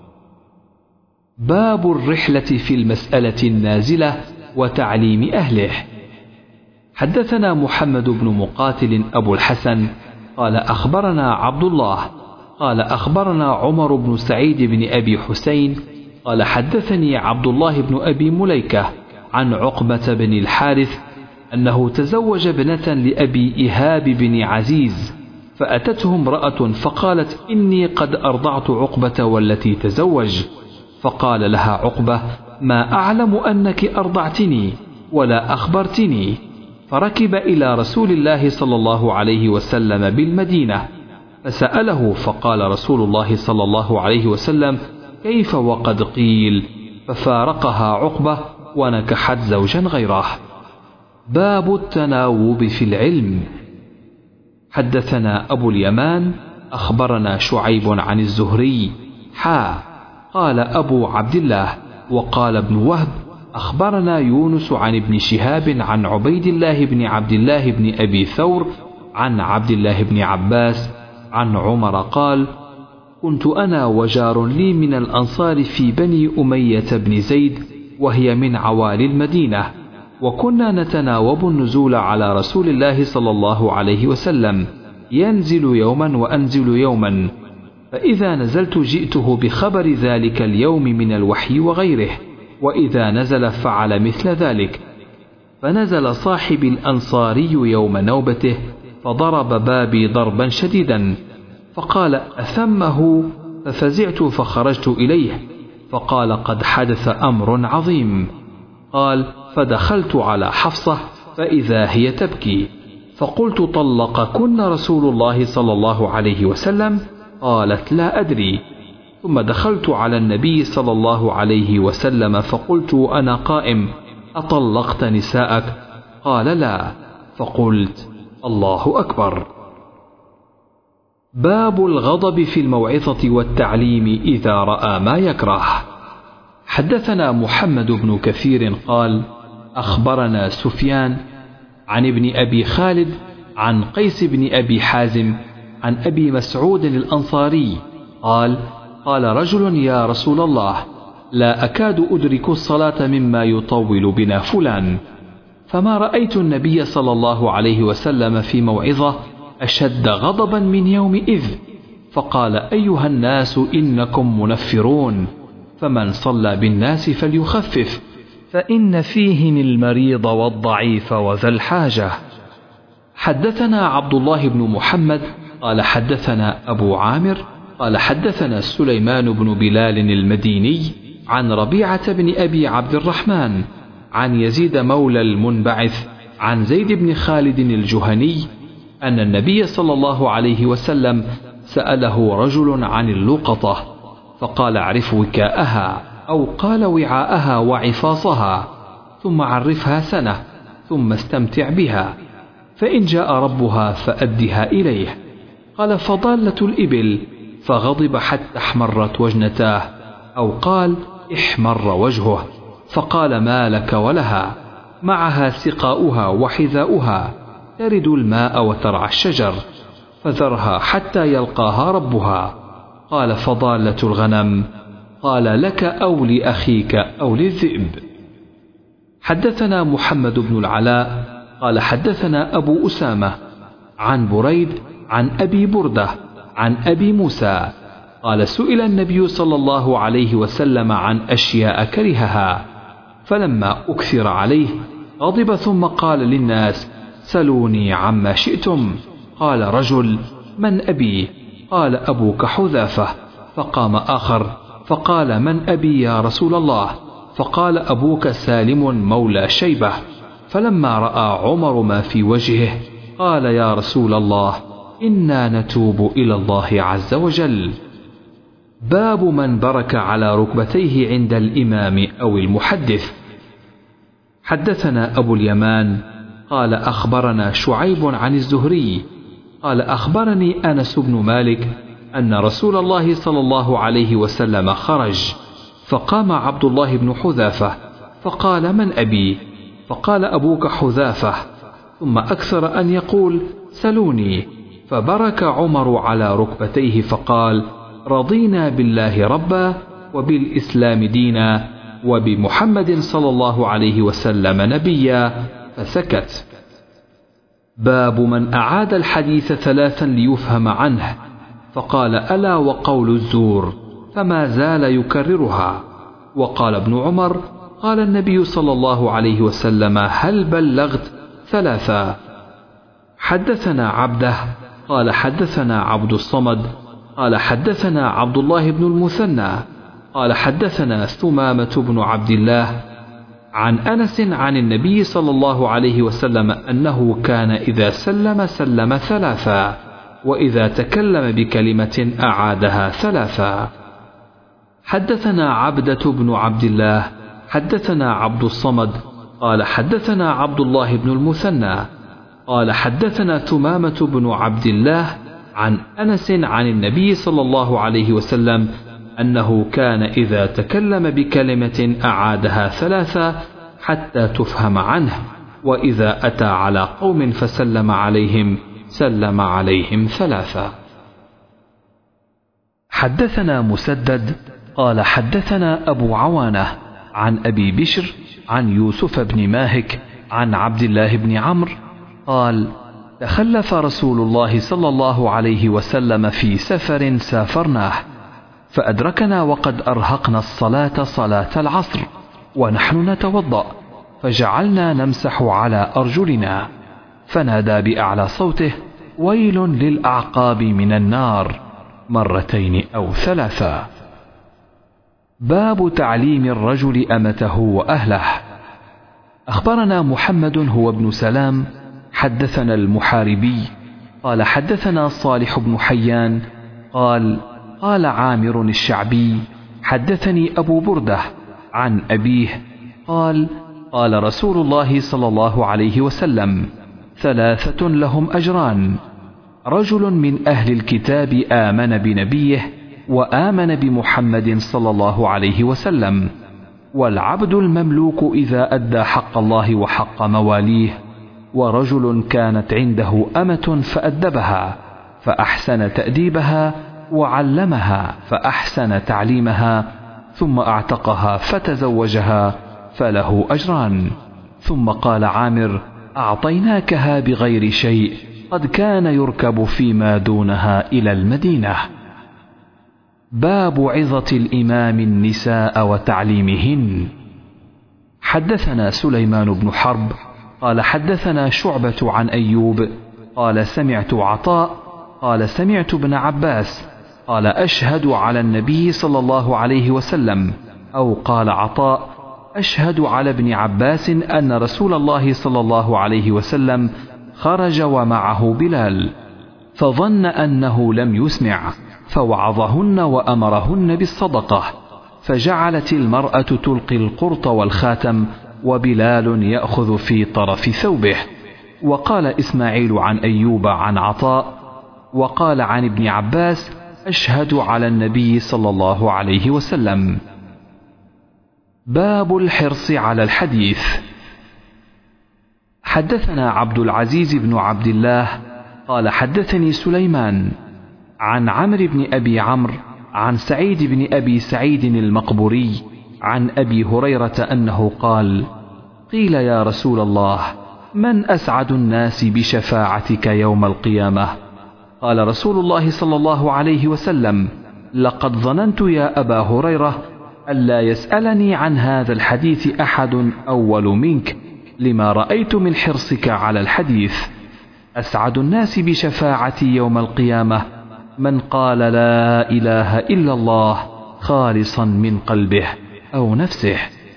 باب الرحلة في المسألة النازلة وتعليم أهله. حدثنا محمد بن مقاتل أبو الحسن قال أخبرنا عبد الله قال أخبرنا عمر بن سعيد بن أبي حسين قال حدثني عبد الله بن أبي مليكة عن عقبة بن الحارث أنه تزوج ابنة لأبي إيهاب بن عزيز، فأتته امرأة فقالت: إني قد أرضعت عقبة والتي تزوج. فقال لها عقبة: ما أعلم أنك أرضعتني ولا أخبرتني. فركب إلى رسول الله صلى الله عليه وسلم بالمدينة فسأله، فقال رسول الله صلى الله عليه وسلم: كيف وقد قيل؟ ففارقها عقبة ونكحت زوجا غيره. باب التناوب في العلم. حدثنا أبو اليمان أخبرنا شعيب عن الزهري قال أبو عبد الله وقال ابن وهب أخبرنا يونس عن ابن شهاب عن عبيد الله بن عبد الله بن أبي ثور عن عبد الله بن عباس عن عمر قال: كنت أنا وجار لي من الأنصار في بني أمية بن زيد وهي من عوالي المدينة، وكنا نتناوب النزول على رسول الله صلى الله عليه وسلم، ينزل يوما وأنزل يوما، فإذا نزلت جئته بخبر ذلك اليوم من الوحي وغيره، وإذا نزل فعل مثل ذلك. فنزل صاحب الأنصاري يوم نوبته فضرب بابي ضربا شديدا، فقال: أثمه؟ ففزعت فخرجت إليه، فقال: قد حدث أمر عظيم. قال: فدخلت على حفصة فإذا هي تبكي، فقلت: طلقكن رسول الله صلى الله عليه وسلم؟ قالت: لا أدري. ثم دخلت على النبي صلى الله عليه وسلم فقلت أنا قائم: أطلقت نساءك؟ قال: لا. فقلت: الله أكبر. باب الغضب في الموعظة والتعليم إذا رأى ما يكره. حدثنا محمد بن كثير قال أخبرنا سفيان عن ابن أبي خالد عن قيس بن أبي حازم عن أبي مسعود الأنصاري قال: قال رجل: يا رسول الله، لا أكاد أدرك الصلاة مما يطول بنا فلان. فما رأيت النبي صلى الله عليه وسلم في موعظة أشد غضبا من يومئذ، فقال: أيها الناس إنكم منفرون، فمن صلى بالناس فليخفف، فإن فيهم المريض والضعيف وذا الحاجة. حدثنا عبد الله بن محمد قال حدثنا أبو عامر قال حدثنا سليمان بن بلال المديني عن ربيعة بن أبي عبد الرحمن عن يزيد مولى المنبعث عن زيد بن خالد الجهني أن النبي صلى الله عليه وسلم سأله رجل عن اللقطة، فقال: اعرف وكاءها، أو قال وعاءها وعفاصها، ثم عرفها سنة، ثم استمتع بها، فإن جاء ربها فأدها إليه. قال: فضالة الإبل، فغضب حتى احمرت وجنتاه، أو قال احمر وجهه، فقال: ما لك ولها؟ معها سقاؤها وحذاؤها، ترد الماء وترعى الشجر، فذرها حتى يلقاها ربها. قال: فضالة الغنم؟ قال: لك أو لأخيك أو للذئب. حدثنا محمد بن العلاء قال حدثنا أبو أسامة عن بريد عن أبي بردة عن أبي موسى قال: سئل النبي صلى الله عليه وسلم عن أشياء كرهها، فلما أكثر عليه غضب، ثم قال للناس: سلوني عما شئتم. قال رجل: من أبي؟ قال: أبوك حذافة. فقام آخر فقال: من أبي يا رسول الله؟ فقال: أبوك سالم مولى شيبة. فلما رأى عمر ما في وجهه قال: يا رسول الله، إنا نتوب إلى الله عز وجل. باب من برك على ركبتيه عند الإمام أو المحدث. حدثنا أبو اليمان قال أخبرنا شعيب عن الزهري قال أخبرني أنس بن مالك أن رسول الله صلى الله عليه وسلم خرج، فقام عبد الله بن حذافة فقال: من أبي؟ فقال أبوك حذافة، ثم أكثر أن يقول سلوني، فبرك عمر على ركبتيه فقال: رضينا بالله ربا وبالإسلام دينا وبمحمد صلى الله عليه وسلم نبيا، فسكت. باب من أعاد الحديث 3 ليفهم عنه، فقال: ألا وقول الزور، فما زال يكررها. وقال ابن عمر: قال النبي صلى الله عليه وسلم: هل بلغت 3؟ حدثنا عبده قال حدثنا عبد الصمد قال حدثنا عبد الله بن المثنى قال حدثنا ثمامة بن عبد الله عن أنس عن النبي صلى الله عليه وسلم أنه كان إذا سلم 3، وإذا تكلم بكلمة أعادها 3. حدثنا عبدة بن عبد الله حدثنا عبد الصمد قال حدثنا عبد الله بن المثنى قال حدثنا ثمامة بن عبد الله عن أنس عن النبي صلى الله عليه وسلم أنه كان إذا تكلم بكلمة أعادها 3 حتى تفهم عنه، وإذا أتى على قوم فسلم عليهم سلم عليهم 3. حدثنا مسدد قال حدثنا أبو عوانة عن أبي بشر عن يوسف بن ماهك عن عبد الله بن عمرو قال: تخلف رسول الله صلى الله عليه وسلم في سفر سافرناه، فأدركنا وقد أرهقنا الصلاة صلاة العصر ونحن نتوضأ، فجعلنا نمسح على أرجلنا، فنادى بأعلى صوته: ويل للأعقاب من النار، 2 أو 3. باب تعليم الرجل أمته وأهله. أخبرنا محمد هو ابن سلام حدثنا المحاربي قال حدثنا صالح بن حيان قال: قال عامر الشعبي: حدثني أبو بردة عن أبيه قال: قال رسول الله صلى الله عليه وسلم: 3 لهم أجران: رجل من أهل الكتاب آمن بنبيه وآمن بمحمد صلى الله عليه وسلم، والعبد المملوك إذا أدى حق الله وحق مواليه، ورجل كانت عنده أمة فأدبها فأحسن تأديبها وعلمها فأحسن تعليمها، ثم أعتقها فتزوجها، فله أجران. ثم قال عامر: أعطيناكها بغير شيء، قد كان يركب فيما دونها إلى المدينة. باب عظة الإمام النساء وتعليمهن. حدثنا سليمان بن حرب قال حدثنا شعبة عن أيوب قال سمعت عطاء قال سمعت ابن عباس قال: أشهد على النبي صلى الله عليه وسلم، أو قال عطاء: أشهد على ابن عباس أن رسول الله صلى الله عليه وسلم خرج ومعه بلال، فظن أنه لم يسمع، فوعظهن وأمرهن بالصدقة، فجعلت المرأة تلقي القرط والخاتم، وبلال يأخذ في طرف ثوبه. وقال إسماعيل عن أيوب عن عطاء وقال عن ابن عباس: أشهد على النبي صلى الله عليه وسلم. باب الحرص على الحديث. حدثنا عبد العزيز بن عبد الله قال حدثني سليمان عن عمرو بن أبي عمرو عن سعيد بن أبي سعيد المقبوري عن أبي هريرة أنه قال: قيل يا رسول الله: من أسعد الناس بشفاعتك يوم القيامة؟ قال رسول الله صلى الله عليه وسلم: لقد ظننت يا أبا هريرة ألا يسألني عن هذا الحديث أحد أول منك، لما رأيت من حرصك على الحديث. أسعد الناس بشفاعتي يوم القيامة من قال لا إله إلا الله خالصا من قلبه أو نفسه.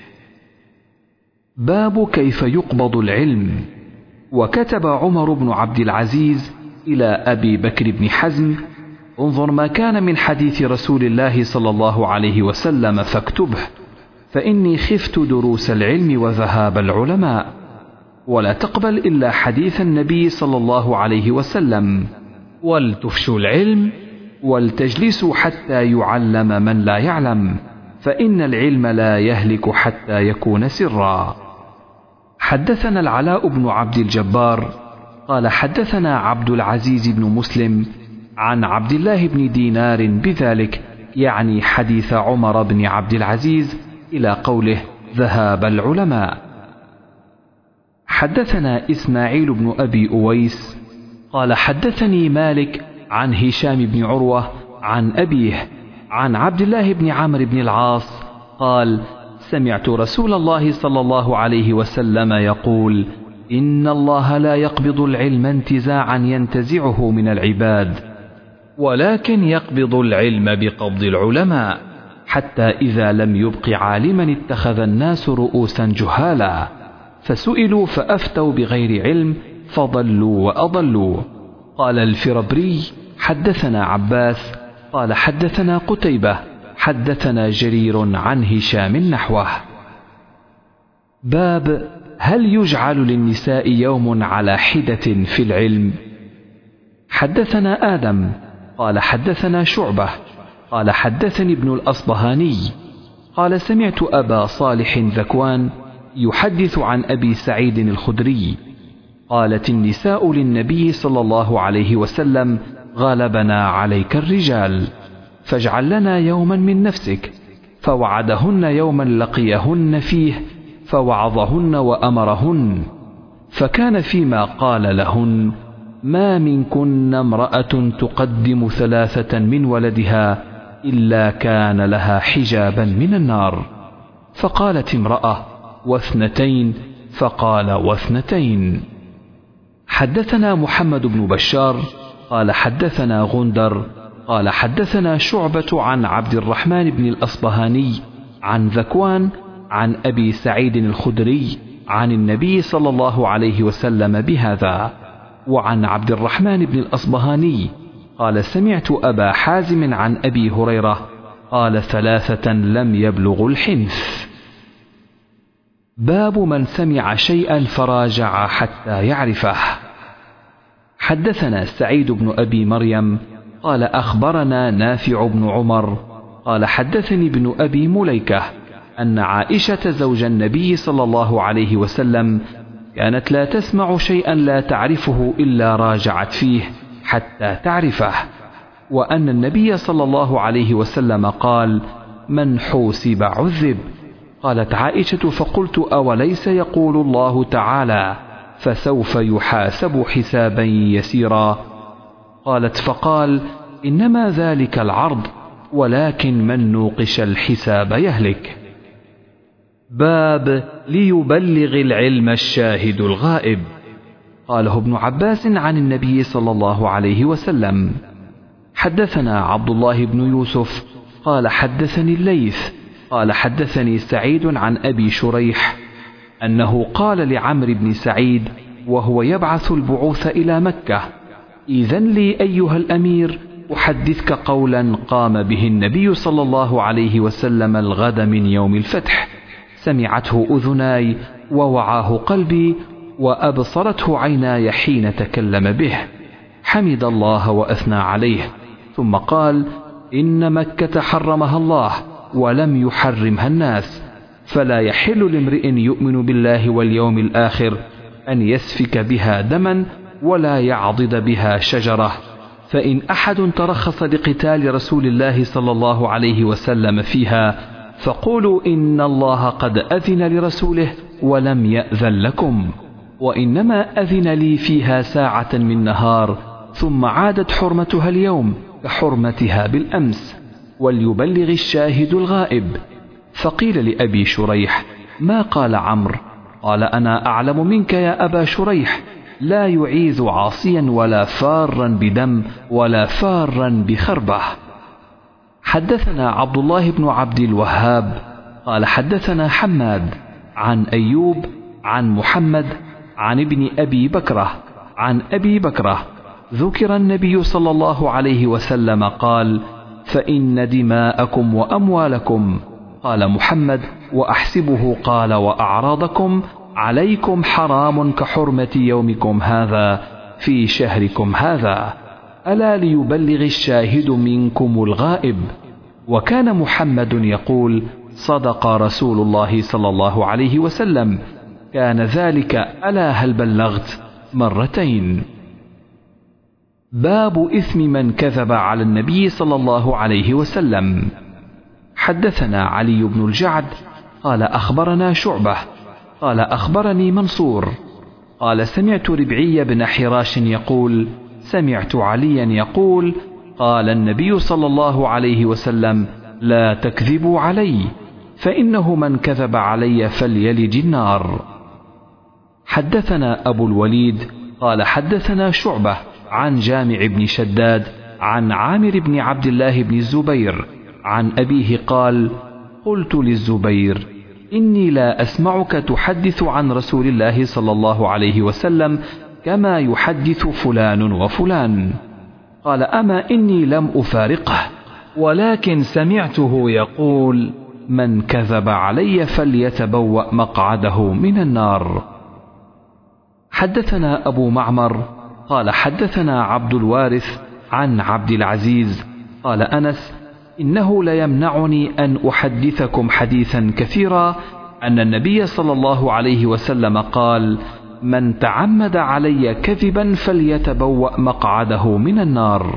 باب كيف يقبض العلم. وكتب عمر بن عبد العزيز إلى أبي بكر بن حزم: انظر ما كان من حديث رسول الله صلى الله عليه وسلم فاكتبه، فإني خفت دروس العلم وذهاب العلماء، ولا تقبل إلا حديث النبي صلى الله عليه وسلم، ولتفشوا العلم، ولتجلسوا حتى يعلم من لا يعلم، فإن العلم لا يهلك حتى يكون سرا. حدثنا العلاء بن عبد الجبار قال حدثنا عبد العزيز بن مسلم عن عبد الله بن دينار بذلك، يعني حديث عمر بن عبد العزيز إلى قوله ذهاب العلماء. حدثنا إسماعيل بن أبي أويس قال حدثني مالك عن هشام بن عروة عن أبيه عن عبد الله بن عمرو بن العاص قال سمعت رسول الله صلى الله عليه وسلم يقول إن الله لا يقبض العلم انتزاعا ينتزعه من العباد، ولكن يقبض العلم بقبض العلماء، حتى إذا لم يبق عالما اتخذ الناس رؤوسا جهالا، فسئلوا فأفتوا بغير علم فضلوا وأضلوا. قال الفربري حدثنا عباس قال حدثنا قتيبة حدثنا جرير عن هشام نحوه. باب هل يجعل للنساء يوم على حدة في العلم؟ حدثنا آدم قال حدثنا شعبة قال حدثني ابن الأصبهاني قال سمعت أبا صالح ذكوان يحدث عن أبي سعيد الخدري قالت النساء للنبي صلى الله عليه وسلم غلبنا عليك الرجال فاجعل لنا يوما من نفسك، فوعدهن يوما لقيهن فيه فوعظهن وأمرهن، فكان فيما قال لهن ما منكن امرأة تقدم 3 من ولدها إلا كان لها حجابا من النار. فقالت امرأة 2 فقال 2. حدثنا محمد بن بشار قال حدثنا غندر قال حدثنا شعبة عن عبد الرحمن بن الأصبهاني عن ذكوان عن أبي سعيد الخدري عن النبي صلى الله عليه وسلم بهذا. وعن عبد الرحمن بن الأصبهاني قال سمعت أبا حازم عن أبي هريرة قال 3 لم يبلغوا الحنث. باب من سمع شيئا فراجع حتى يعرفه. حدثنا سعيد بن أبي مريم قال أخبرنا نافع بن عمر قال حدثني ابن أبي مليكة أن عائشة زوج النبي صلى الله عليه وسلم كانت لا تسمع شيئا لا تعرفه إلا راجعت فيه حتى تعرفه، وأن النبي صلى الله عليه وسلم قال من حوسب عذب. قالت عائشة فقلت أوليس يقول الله تعالى فسوف يحاسب حسابا يسيرا؟ قالت فقال إنما ذلك العرض، ولكن من نوقش الحساب يهلك. باب ليبلغ العلم الشاهد الغائب. قاله ابن عباس عن النبي صلى الله عليه وسلم. حدثنا عبد الله بن يوسف قال حدثني الليث قال حدثني سعيد عن أبي شريح أنه قال لعمرو بن سعيد وهو يبعث البعوث إلى مكة إذن لي أيها الأمير أحدثك قولا قام به النبي صلى الله عليه وسلم الغد من يوم الفتح، سمعته أذناي ووعاه قلبي وأبصرته عيناي حين تكلم به، حمد الله وأثنى عليه، ثم قال إن مكة حرمها الله ولم يحرمها الناس، فلا يحل لامرئ يؤمن بالله واليوم الآخر أن يسفك بها دما ولا يعضد بها شجرة، فإن أحد ترخص لقتال رسول الله صلى الله عليه وسلم فيها فقولوا إن الله قد أذن لرسوله ولم يأذن لكم، وإنما أذن لي فيها ساعة من نهار ثم عادت حرمتها اليوم كحرمتها بالأمس، وليبلغ الشاهد الغائب. فقيل لأبي شريح ما قال عمرو؟ قال أنا أعلم منك يا أبا شريح، لا يعيذ عاصيا ولا فارا بدم ولا فارا بخربة. حدثنا عبد الله بن عبد الوهاب قال حدثنا حماد عن أيوب عن محمد عن ابن أبي بكرة عن أبي بكرة ذكر النبي صلى الله عليه وسلم قال فإن دماءكم وأموالكم، قال محمد وأحسبه قال وأعراضكم عليكم حرام كحرمة يومكم هذا في شهركم هذا، ألا ليبلغ الشاهد منكم الغائب. وكان محمد يقول صدق رسول الله صلى الله عليه وسلم، كان ذلك ألا هل بلغت مرتين. باب إثم من كذب على النبي صلى الله عليه وسلم. حدثنا علي بن الجعد قال أخبرنا شعبة قال أخبرني منصور قال سمعت ربعي بن حراش يقول سمعت عليا يقول قال النبي صلى الله عليه وسلم لا تكذبوا علي فإنه من كذب علي فليلج النار. حدثنا أبو الوليد قال حدثنا شعبة عن جامع بن شداد عن عامر بن عبد الله بن الزبير عن أبيه قال قلت للزبير إني لا أسمعك تحدث عن رسول الله صلى الله عليه وسلم كما يحدث فلان وفلان. قال أما إني لم أفارقه ولكن سمعته يقول من كذب علي فليتبوأ مقعده من النار. حدثنا أبو معمر قال حدثنا عبد الوارث عن عبد العزيز قال أنس إنه ليمنعني أن أحدثكم حديثا كثيرا أن النبي صلى الله عليه وسلم قال من تعمد علي كذبا فليتبوأ مقعده من النار.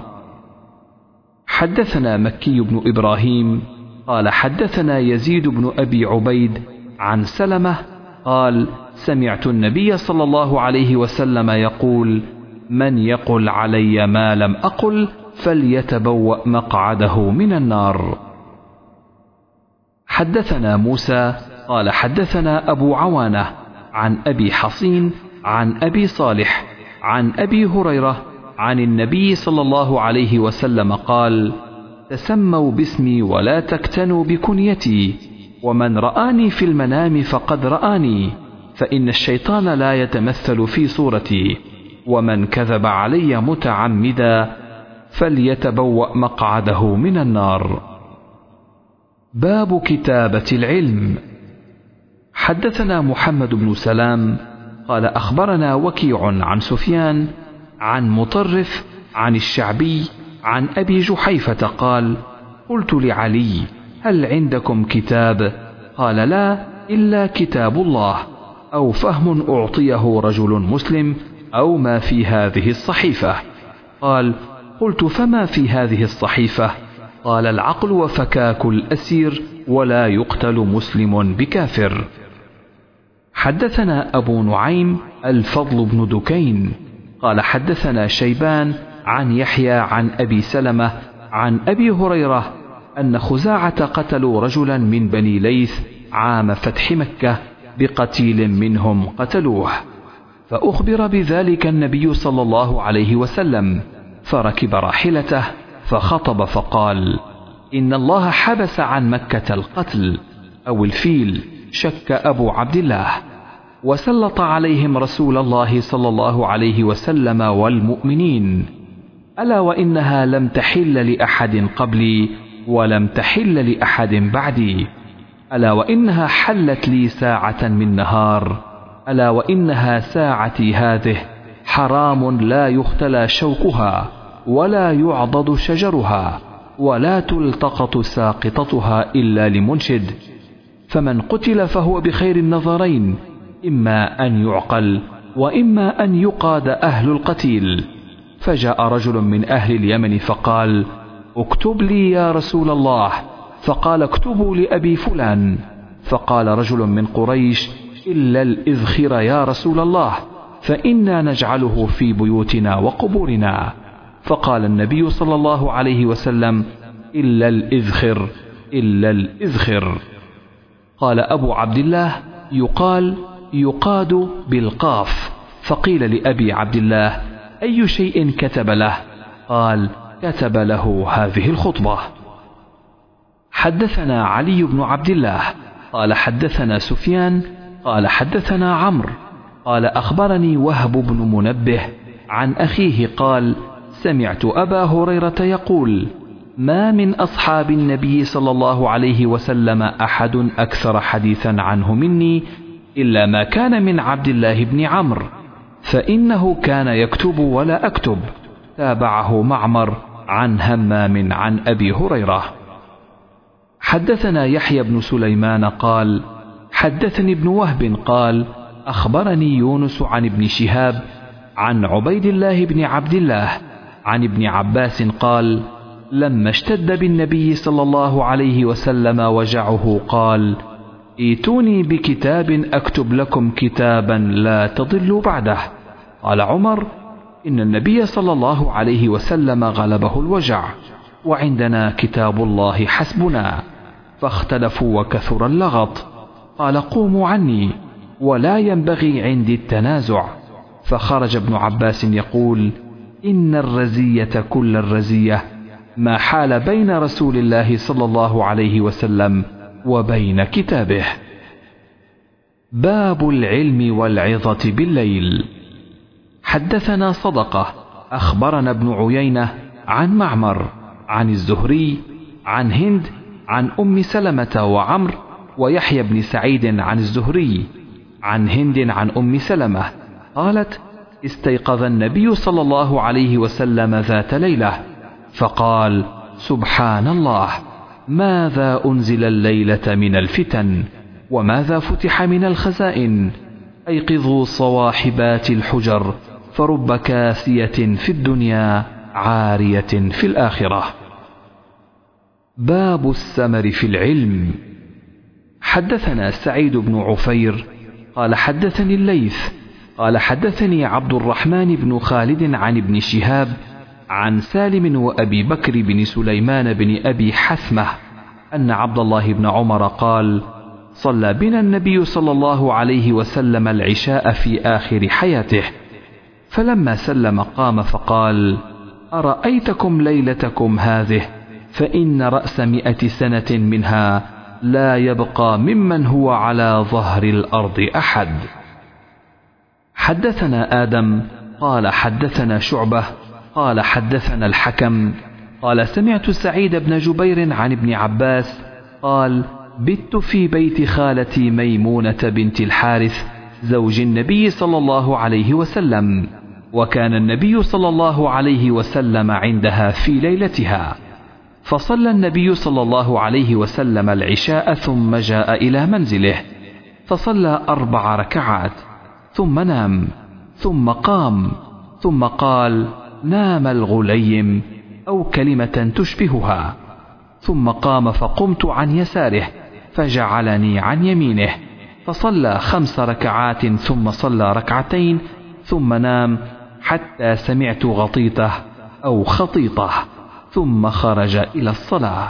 حدثنا مكي بن إبراهيم قال حدثنا يزيد بن أبي عبيد عن سلمة قال سمعت النبي صلى الله عليه وسلم يقول من يقل علي ما لم أقل فليتبوأ مقعده من النار. حدثنا موسى قال حدثنا أبو عوانة عن أبي حصين عن أبي صالح عن أبي هريرة عن النبي صلى الله عليه وسلم قال تسموا باسمي ولا تكتنوا بكنيتي ومن رآني في المنام فقد رآني فإن الشيطان لا يتمثل في صورتي ومن كذب علي متعمدا فليتبوأ مقعده من النار. باب كتابة العلم. حدثنا محمد بن سلام قال أخبرنا وكيع عن سفيان عن مطرف عن الشعبي عن أبي جحيفة قال قلت لعلي هل عندكم كتاب؟ قال لا إلا كتاب الله أو فهم أعطيه رجل مسلم أو ما في هذه الصحيفة. قال قلت فما في هذه الصحيفة؟ قال العقل وفكاك الأسير ولا يقتل مسلم بكافر. حدثنا أبو نعيم الفضل بن دكين قال حدثنا شيبان عن يحيى عن أبي سلمة عن أبي هريرة أن خزاعة قتلوا رجلا من بني ليث عام فتح مكة بقتيل منهم قتلوه، فأخبر بذلك النبي صلى الله عليه وسلم، فركب راحلته فخطب فقال: إن الله حبس عن مكة القتل أو الفيل، شك أبو عبد الله، وسلط عليهم رسول الله صلى الله عليه وسلم والمؤمنين، ألا وإنها لم تحل لأحد قبلي ولم تحل لأحد بعدي، ألا وإنها حلت لي ساعة من نهار، ألا وإنها ساعتي هذه حرام لا يختلى شوكها ولا يعضد شجرها ولا تلتقط ساقطتها إلا لمنشد، فمن قتل فهو بخير النظرين، إما أن يعقل وإما أن يقاد أهل القتيل. فجاء رجل من أهل اليمن فقال: اكتب لي يا رسول الله. فقال: اكتبوا لأبي فلان. فقال رجل من قريش: إلا الإذخر يا رسول الله، فإنا نجعله في بيوتنا وقبورنا. فقال النبي صلى الله عليه وسلم: إلا الإذخر، إلا الإذخر. قال أبو عبد الله: يقاد بالقاف. فقيل لأبي عبد الله: أي شيء كتب له؟ قال: كتب له هذه الخطبة. حدثنا علي بن عبد الله قال حدثنا سفيان قال حدثنا عمرو قال أخبرني وهب بن منبه عن أخيه قال: سمعت أبا هريرة يقول: ما من أصحاب النبي صلى الله عليه وسلم أحد أكثر حديثا عنه مني إلا ما كان من عبد الله بن عمرو، فإنه كان يكتب ولا أكتب. تابعه معمر عن همام عن أبي هريرة. حدثنا يحيى بن سليمان قال حدثني ابن وهب قال: أخبرني يونس عن ابن شهاب عن عبيد الله بن عبد الله عن ابن عباس قال: لما اشتد بالنبي صلى الله عليه وسلم وجعه قال: ائتوني بكتاب أكتب لكم كتابا لا تضلوا بعده. قال عمر: إن النبي صلى الله عليه وسلم غلبه الوجع، وعندنا كتاب الله حسبنا. فاختلفوا وكثر اللغط. قال: قوموا عني، ولا ينبغي عندي التنازع. فخرج ابن عباس يقول: إن الرزية كل الرزية ما حال بين رسول الله صلى الله عليه وسلم وبين كتابه. باب العلم والعظة بالليل. حدثنا صدقة أخبرنا ابن عيينة عن معمر عن الزهري عن هند عن أم سلمة وعمر ويحيى بن سعيد عن الزهري عن هند عن أم سلمة قالت: استيقظ النبي صلى الله عليه وسلم ذات ليلة فقال: سبحان الله، ماذا أنزل الليلة من الفتن، وماذا فتح من الخزائن؟ أيقظوا صواحبات الحجر، فرب كاسية في الدنيا عارية في الآخرة. باب السمر في العلم. حدثنا سعيد بن عفير قال حدثني الليث قال حدثني عبد الرحمن بن خالد عن ابن شهاب عن سالم وأبي بكر بن سليمان بن أبي حثمة أن عبد الله بن عمر قال: صلى بنا النبي صلى الله عليه وسلم العشاء في آخر حياته، فلما سلم قام فقال: أرأيتكم ليلتكم هذه، فإن رأس 100 سنة منها لا يبقى ممن هو على ظهر الأرض أحد. حدثنا آدم قال حدثنا شعبة قال حدثنا الحكم قال: سمعت سعيد بن جبير عن ابن عباس قال: بت في بيت خالتي ميمونة بنت الحارث زوج النبي صلى الله عليه وسلم، وكان النبي صلى الله عليه وسلم عندها في ليلتها، فصلى النبي صلى الله عليه وسلم العشاء ثم جاء إلى منزله فصلى 4 ركعات ثم نام، ثم قام ثم قال: نام الغليم، أو كلمة تشبهها، ثم قام فقمت عن يساره فجعلني عن يمينه، فصلى 5 ركعات ثم صلى 2 ركعتين ثم نام حتى سمعت غطيته أو خطيطه، ثم خرج إلى الصلاة.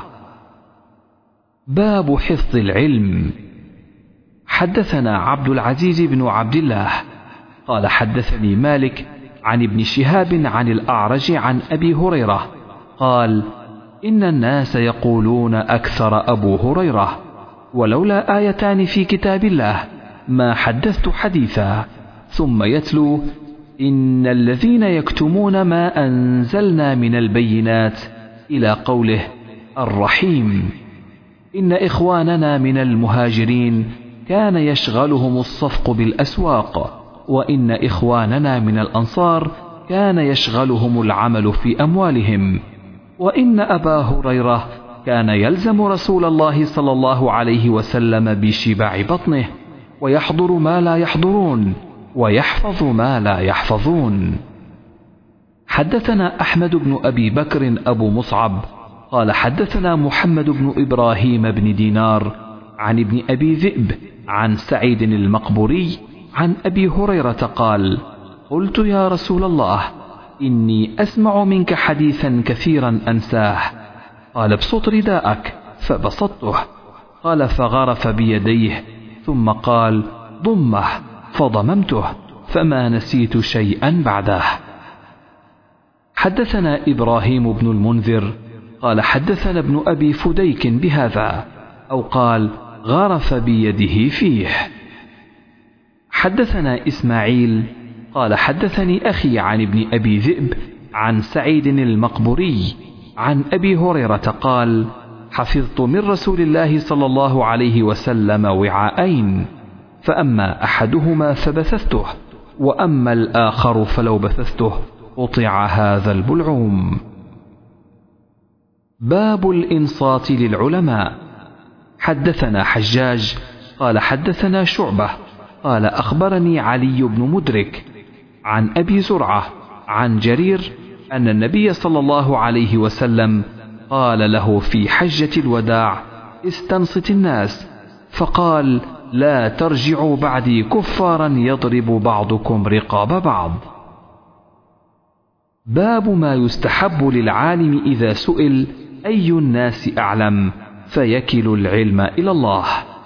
باب حفظ العلم. حدثنا عبد العزيز بن عبد الله قال حدثني مالك عن ابن شهاب عن الأعرج عن أبي هريرة قال: إن الناس يقولون أكثر أبو هريرة، ولولا آيتان في كتاب الله ما حدثت حديثا. ثم يتلو: إن الذين يكتمون ما أنزلنا من البينات إلى قوله الرحيم. إن إخواننا من المهاجرين كان يشغلهم الصفق بالأسواق، وإن إخواننا من الأنصار كان يشغلهم العمل في أموالهم، وإن أبا هريرة كان يلزم رسول الله صلى الله عليه وسلم بشبع بطنه، ويحضر ما لا يحضرون، ويحفظ ما لا يحفظون. حدثنا أحمد بن أبي بكر أبو مصعب قال حدثنا محمد بن إبراهيم بن دينار عن ابن أبي ذئب عن سعيد المقبوري عن أبي هريرة قال: قلت يا رسول الله، إني أسمع منك حديثا كثيرا أنساه. قال: ابسط رداءك، فبسطته. قال: فغرف بيديه ثم قال: ضمه، فضممته، فما نسيت شيئا بعده. حدثنا إبراهيم بن المنذر قال حدثنا ابن أبي فديك بهذا، أو قال: غرف بيده فيه. حدثنا إسماعيل قال حدثني أخي عن ابن أبي ذئب عن سعيد المقبوري عن أبي هريرة قال: حفظت من رسول الله صلى الله عليه وسلم وعاءين، فأما أحدهما فبثثته، وأما الآخر فلو بثثته قطع هذا البلعوم. باب الإنصات للعلماء. حدثنا حجاج قال حدثنا شعبة قال أخبرني علي بن مدرك عن أبي زرعة عن جرير أن النبي صلى الله عليه وسلم قال له في حجة الوداع: استنصت الناس، فقال: لا ترجعوا بعدي كفارا يضرب بعضكم رقاب بعض. باب ما يستحب للعالم إذا سئل أي الناس أعلم فيكل العلم إلى الله.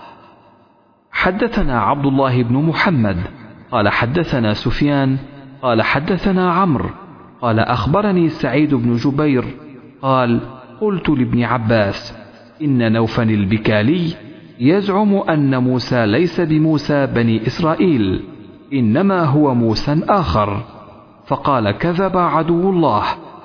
حدثنا عبد الله بن محمد قال حدثنا سفيان قال حدثنا عمرو قال أخبرني سعيد بن جبير قال: قلت لابن عباس: إن نوفا البكالي يزعم أن موسى ليس بموسى بني إسرائيل، إنما هو موسى آخر. فقال: كذب عدو الله.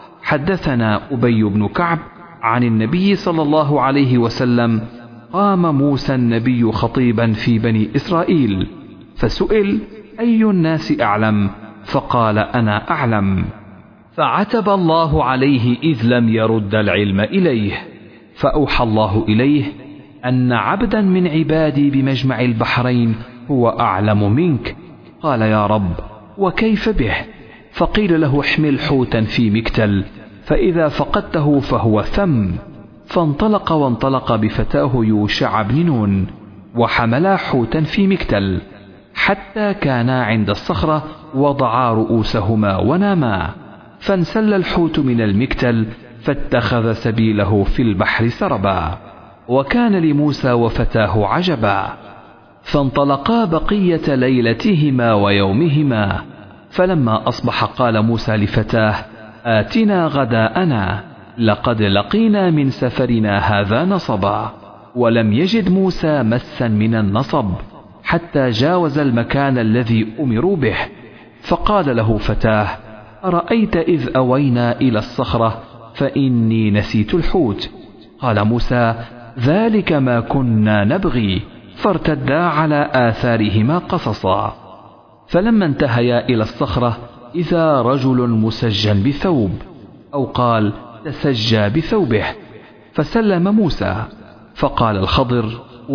حدثنا أبي بن كعب عن النبي صلى الله عليه وسلم: قام موسى النبي خطيبا في بني إسرائيل، فسئل: أي الناس أعلم؟ فقال: أنا أعلم. فعتب الله عليه إذ لم يرد العلم إليه، فأوحى الله إليه أن عبدا من عبادي بمجمع البحرين هو أعلم منك. قال: يا رب، وكيف به؟ فقيل له: احمل حوتا في مكتل، فإذا فقدته فهو ثم. فانطلق وانطلق بفتاه يوشع بن نون، وحملا حوتا في مكتل، حتى كانا عند الصخرة وضعا رؤوسهما وناما، فانسل الحوت من المكتل فاتخذ سبيله في البحر سربا. وكان لموسى وفتاه عجبا، فانطلقا بقية ليلتهما ويومهما. فلما أصبح قال موسى لفتاه: آتنا غداءنا، لقد لقينا من سفرنا هذا نصبا. ولم يجد موسى مسا من النصب حتى جاوز المكان الذي أمروا به. فقال له فتاه: أرأيت إذ أوينا إلى الصخرة فإني نسيت الحوت؟ قال موسى: ذلك ما كنا نبغي. فارتدا على آثارهما قصصا. فلما انتهيا إلى الصخرة إذا رجل مسجى بثوب، أو قال تسجى بثوبه، فسلم موسى. فقال الخضر: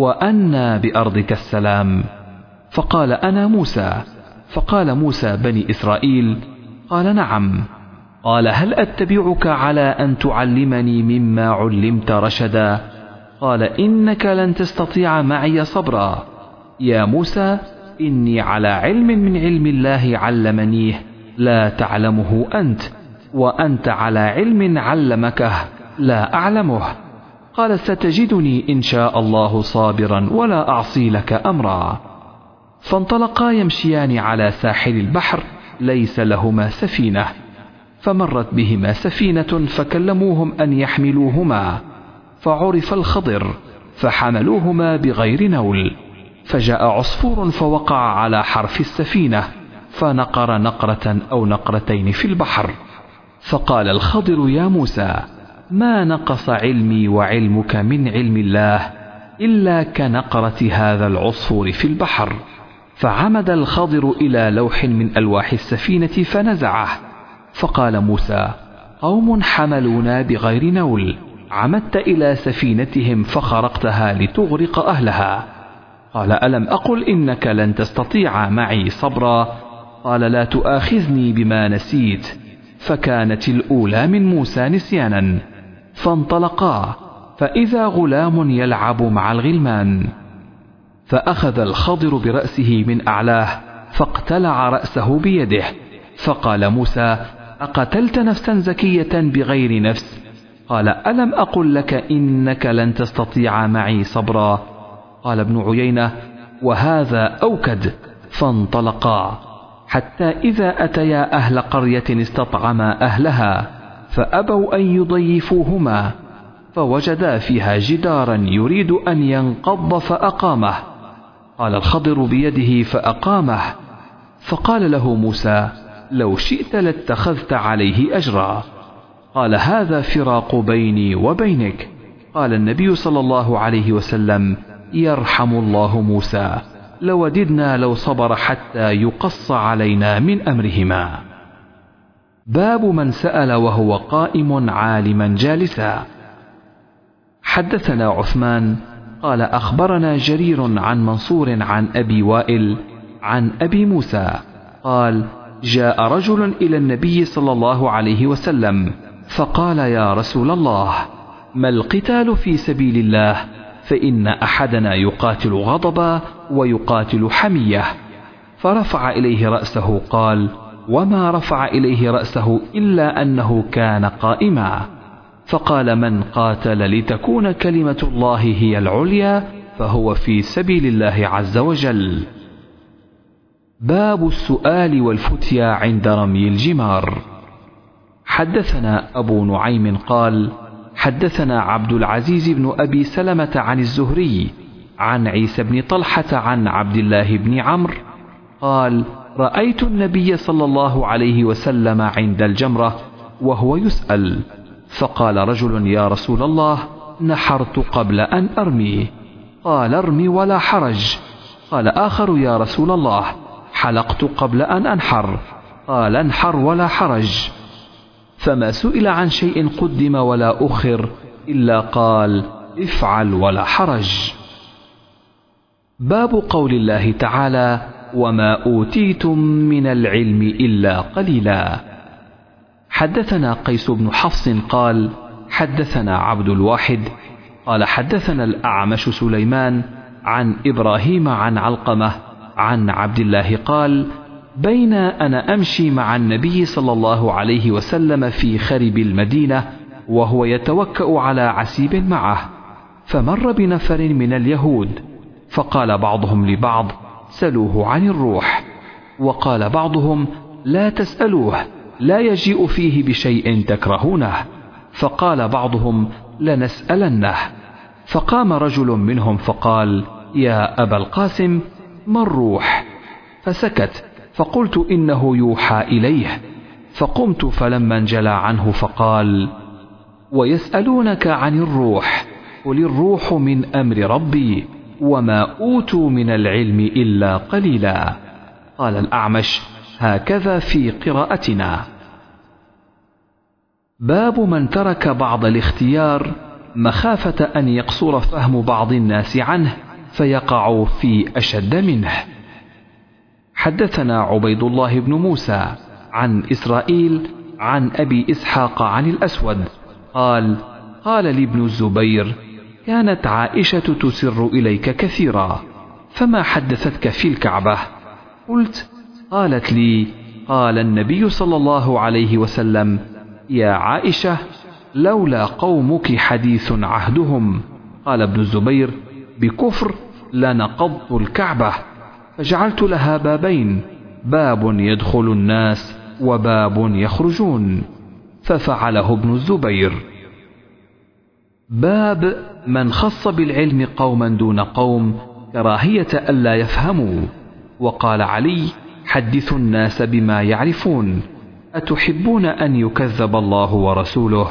وأنى بأرضك السلام؟ فقال: أنا موسى. فقال موسى: بني إسرائيل؟ قال: نعم. قال: هل أتبعك على أن تعلمني مما علمت رشدا؟ قال: إنك لن تستطيع معي صبرا. يا موسى، إني على علم من علم الله علمنيه لا تعلمه أنت، وأنت على علم علمكه لا أعلمه. قال: ستجدني إن شاء الله صابرا ولا أعصي لك أمرا. فانطلقا يمشيان على ساحل البحر ليس لهما سفينة، فمرت بهما سفينة فكلموهم أن يحملوهما، فعرف الخضر فحملوهما بغير نول. فجاء عصفور فوقع على حرف السفينة فنقر نقرة أو نقرتين في البحر. فقال الخضر: يا موسى، ما نقص علمي وعلمك من علم الله إلا كنقرة هذا العصفور في البحر. فعمد الخضر إلى لوح من ألواح السفينة فنزعه. فقال موسى: قوم حملونا بغير نول، عمدت إلى سفينتهم فخرقتها لتغرق أهلها. قال: ألم أقل إنك لن تستطيع معي صبرا؟ قال: لا تؤاخذني بما نسيت. فكانت الأولى من موسى نسيانا. فانطلقا فإذا غلام يلعب مع الغلمان، فأخذ الخضر برأسه من أعلاه فاقتلع رأسه بيده. فقال موسى: أقتلت نفسا زكية بغير نفس؟ قال: ألم أقل لك إنك لن تستطيع معي صبرا؟ قال ابن عيينة: وهذا أوكد. فانطلقا حتى إذا أتيا أهل قرية استطعما أهلها فأبوا أن يضيفوهما، فوجدا فيها جدارا يريد أن ينقض فأقامه. قال الخضر بيده فأقامه. فقال له موسى: لو شئت لاتخذت عليه أجرا. قال: هذا فراق بيني وبينك. قال النبي صلى الله عليه وسلم: يرحم الله موسى، لوددنا لو صبر حتى يقص علينا من أمرهما. باب من سأل وهو قائم عالما جالسا. حدثنا عثمان قال أخبرنا جرير عن منصور عن أبي وائل عن أبي موسى قال: جاء رجل إلى النبي صلى الله عليه وسلم فقال: يا رسول الله، ما القتال في سبيل الله؟ فإن أحدنا يقاتل غضبا ويقاتل حمية. فرفع إليه رأسه قال: وما رفع إليه رأسه إلا أنه كان قائما. فقال: من قاتل لتكون كلمة الله هي العليا فهو في سبيل الله عز وجل. باب السؤال والفتيا عند رمي الجمار. حدثنا أبو نعيم قال: حدثنا عبد العزيز بن أبي سلمة عن الزهري عن عيسى بن طلحة عن عبد الله بن عمرو قال: رأيت النبي صلى الله عليه وسلم عند الجمرة وهو يسأل، فقال رجل: يا رسول الله، نحرت قبل أن أرمي. قال: ارمي ولا حرج. قال آخر: يا رسول الله، حلقت قبل أن أنحر. قال: انحر ولا حرج. فما سئل عن شيء قدم ولا أخر إلا قال: افعل ولا حرج. باب قول الله تعالى: وما أوتيتم من العلم إلا قليلا. حدثنا قيس بن حفص قال: حدثنا عبد الواحد قال: حدثنا الأعمش سليمان عن إبراهيم عن علقمة عن عبد الله قال: بين أنا أمشي مع النبي صلى الله عليه وسلم في خرب المدينة وهو يتوكأ على عسيب معه، فمر بنفر من اليهود، فقال بعضهم لبعض: سلوه عن الروح. وقال بعضهم: لا تسألوه، لا يجيء فيه بشيء تكرهونه. فقال بعضهم: لنسألنه. فقام رجل منهم فقال: يا أبا القاسم، ما الروح؟ فسكت، فقلت: إنه يوحى إليه. فقمت فلما انجلى عنه فقال: ويسألونك عن الروح، قل الروح من أمر ربي، وما أوتوا من العلم إلا قليلا. قال الأعمش: هكذا في قراءتنا. باب من ترك بعض الاختيار مخافة أن يقصر فهم بعض الناس عنه فيقع في أشد منه. حدثنا عبيد الله بن موسى عن إسرائيل عن أبي إسحاق عن الأسود قال: قال لي ابن الزبير: كانت عائشة تسر إليك كثيرا، فما حدثتك في الكعبة؟ قلت: قالت لي: قال النبي صلى الله عليه وسلم: يا عائشة، لولا قومك حديث عهدهم. قال ابن الزبير: بكفر لنقضت الكعبة. فجعلت لها بابين: باب يدخل الناس وباب يخرجون، ففعله ابن الزبير. باب من خص بالعلم قوما دون قوم كراهية ألا يفهموا. وقال علي: حدثوا الناس بما يعرفون، أتحبون أن يكذب الله ورسوله؟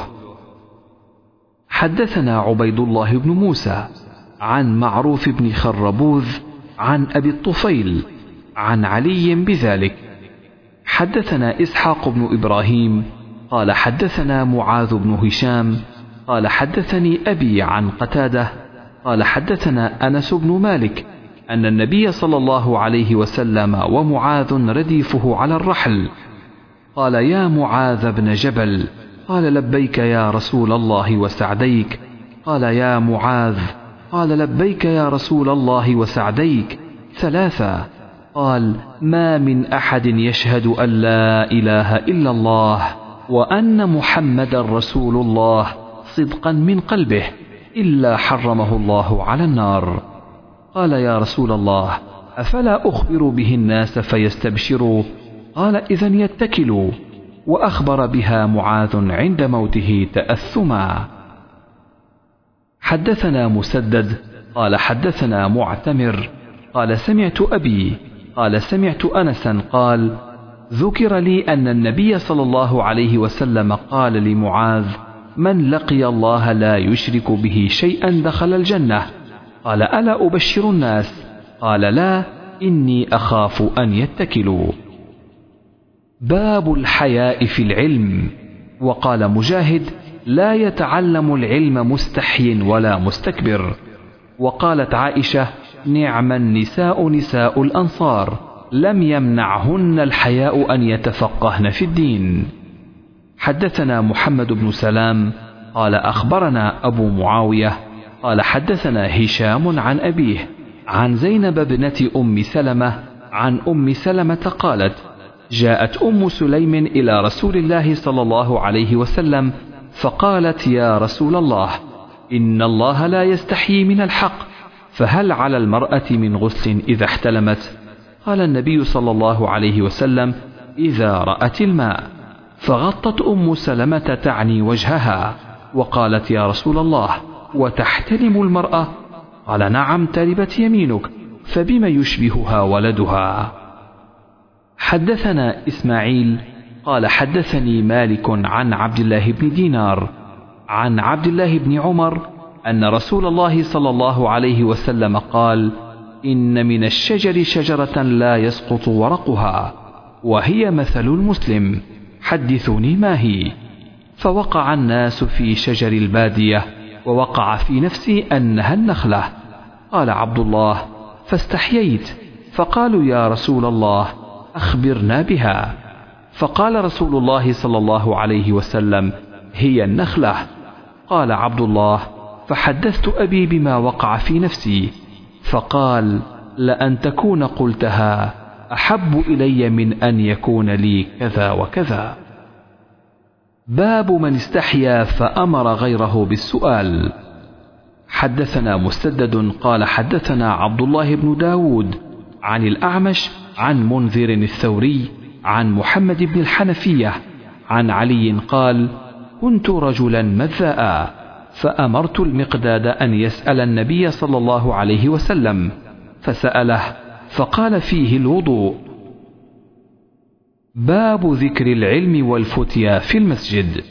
حدثنا عبيد الله بن موسى عن معروف بن خربوذ عن أبي الطفيل عن علي بذلك. حدثنا إسحاق بن إبراهيم قال: حدثنا معاذ بن هشام قال: حدثني أبي عن قتادة قال: حدثنا أنس بن مالك أن النبي صلى الله عليه وسلم ومعاذ رديفه على الرحل. قال: يا معاذ بن جبل. قال: لبيك يا رسول الله وسعديك. قال: يا معاذ. قال: لبيك يا رسول الله وسعديك. ثلاثة. قال: ما من أحد يشهد أن لا إله إلا الله وأن محمد رسول الله صدقا من قلبه إلا حرمه الله على النار. قال: يا رسول الله، أفلا أخبر به الناس فيستبشروا؟ قال: إذن يتكلوا. وأخبر بها معاذ عند موته تأثما. حدثنا مسدد قال: حدثنا معتمر قال: سمعت أبي قال: سمعت أنسا قال: ذكر لي أن النبي صلى الله عليه وسلم قال لمعاذ: من لقي الله لا يشرك به شيئا دخل الجنة. قال: ألا أبشر الناس؟ قال: لا، إني أخاف أن يتكلوا. باب الحياء في العلم. وقال مجاهد: لا يتعلم العلم مستحي ولا مستكبر. وقالت عائشة: نعم النساء نساء الأنصار، لم يمنعهن الحياء أن يتفقهن في الدين. حدثنا محمد بن سلام قال أخبرنا أبو معاوية قال حدثنا هشام عن أبيه عن زينب بنت أم سلمة عن أم سلمة قالت: جاءت أم سليم إلى رسول الله صلى الله عليه وسلم فقالت: يا رسول الله، إن الله لا يستحيي من الحق، فهل على المرأة من غسل إذا احتلمت؟ قال النبي صلى الله عليه وسلم: إذا رأت الماء. فغطت أم سلمة تعني وجهها وقالت: يا رسول الله، وتحتلم المرأة؟ قال: نعم، تربت يمينك، فبما يشبهها ولدها. حدثنا إسماعيل قال حدثني مالك عن عبد الله بن دينار عن عبد الله بن عمر أن رسول الله صلى الله عليه وسلم قال: إن من الشجر شجرة لا يسقط ورقها، وهي مثل المسلم، حدثوني ما هي. فوقع الناس في شجر البادية، ووقع في نفسي أنها النخلة. قال عبد الله: فاستحييت، فقالوا: يا رسول الله، أخبرنا بها. فقال رسول الله صلى الله عليه وسلم: هي النخلة. قال عبد الله: فحدثت أبي بما وقع في نفسي، فقال: لأن تكون قلتها أحب إلي من أن يكون لي كذا وكذا. باب من استحيا فأمر غيره بالسؤال. حدثنا مسدد قال حدثنا عبد الله بن داود عن الأعمش عن منذر الثوري عن محمد بن الحنفية عن علي قال: كنت رجلا مذاء، فأمرت المقداد أن يسأل النبي صلى الله عليه وسلم، فسأله فقال فيه الوضوء. باب ذكر العلم والفتيا في المسجد.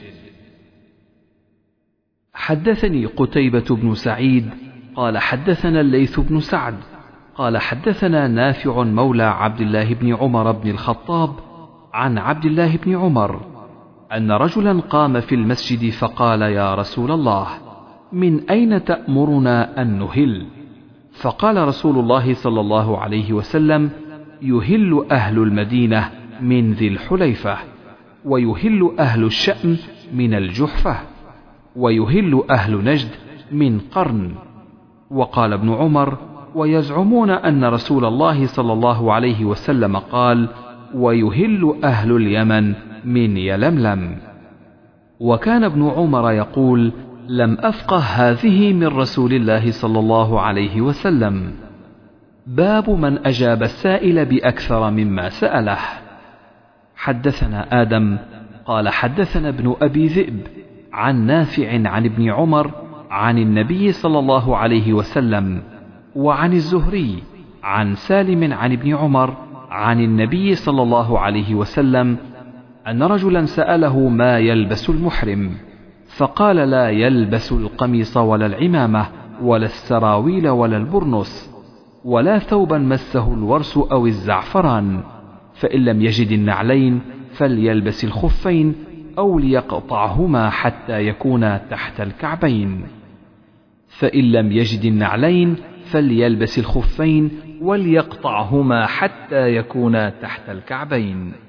حدثني قتيبة بن سعيد قال حدثنا الليث بن سعد قال حدثنا نافع مولى عبد الله بن عمر بن الخطاب عن عبد الله بن عمر أن رجلا قام في المسجد فقال: يا رسول الله، من أين تأمرنا أن نهل؟ فقال رسول الله صلى الله عليه وسلم: يهل أهل المدينة من ذي الحليفة، ويهل أهل الشأم من الجحفة، ويهل أهل نجد من قرن. وقال ابن عمر: ويزعمون أن رسول الله صلى الله عليه وسلم قال: ويهل أهل اليمن من يلملم. وكان ابن عمر يقول: لم أفقه هذه من رسول الله صلى الله عليه وسلم. باب من أجاب السائل بأكثر مما سأله. حدثنا آدم قال حدثنا ابن أبي ذئب عن نافع عن ابن عمر عن النبي صلى الله عليه وسلم، وعن الزهري عن سالم عن ابن عمر عن النبي صلى الله عليه وسلم أن رجلا سأله ما يلبس المحرم، فقال: لا يلبس القميص ولا العمامة ولا السراويل ولا البرنس، ولا ثوبا مسه الورس أو الزعفران، فإن لم يجد النعلين فليلبس الخفين أو ليقطعهما حتى يكونا تحت الكعبين، فإن لم يجد النعلين فليلبس الخفين وليقطعهما حتى يكونا تحت الكعبين.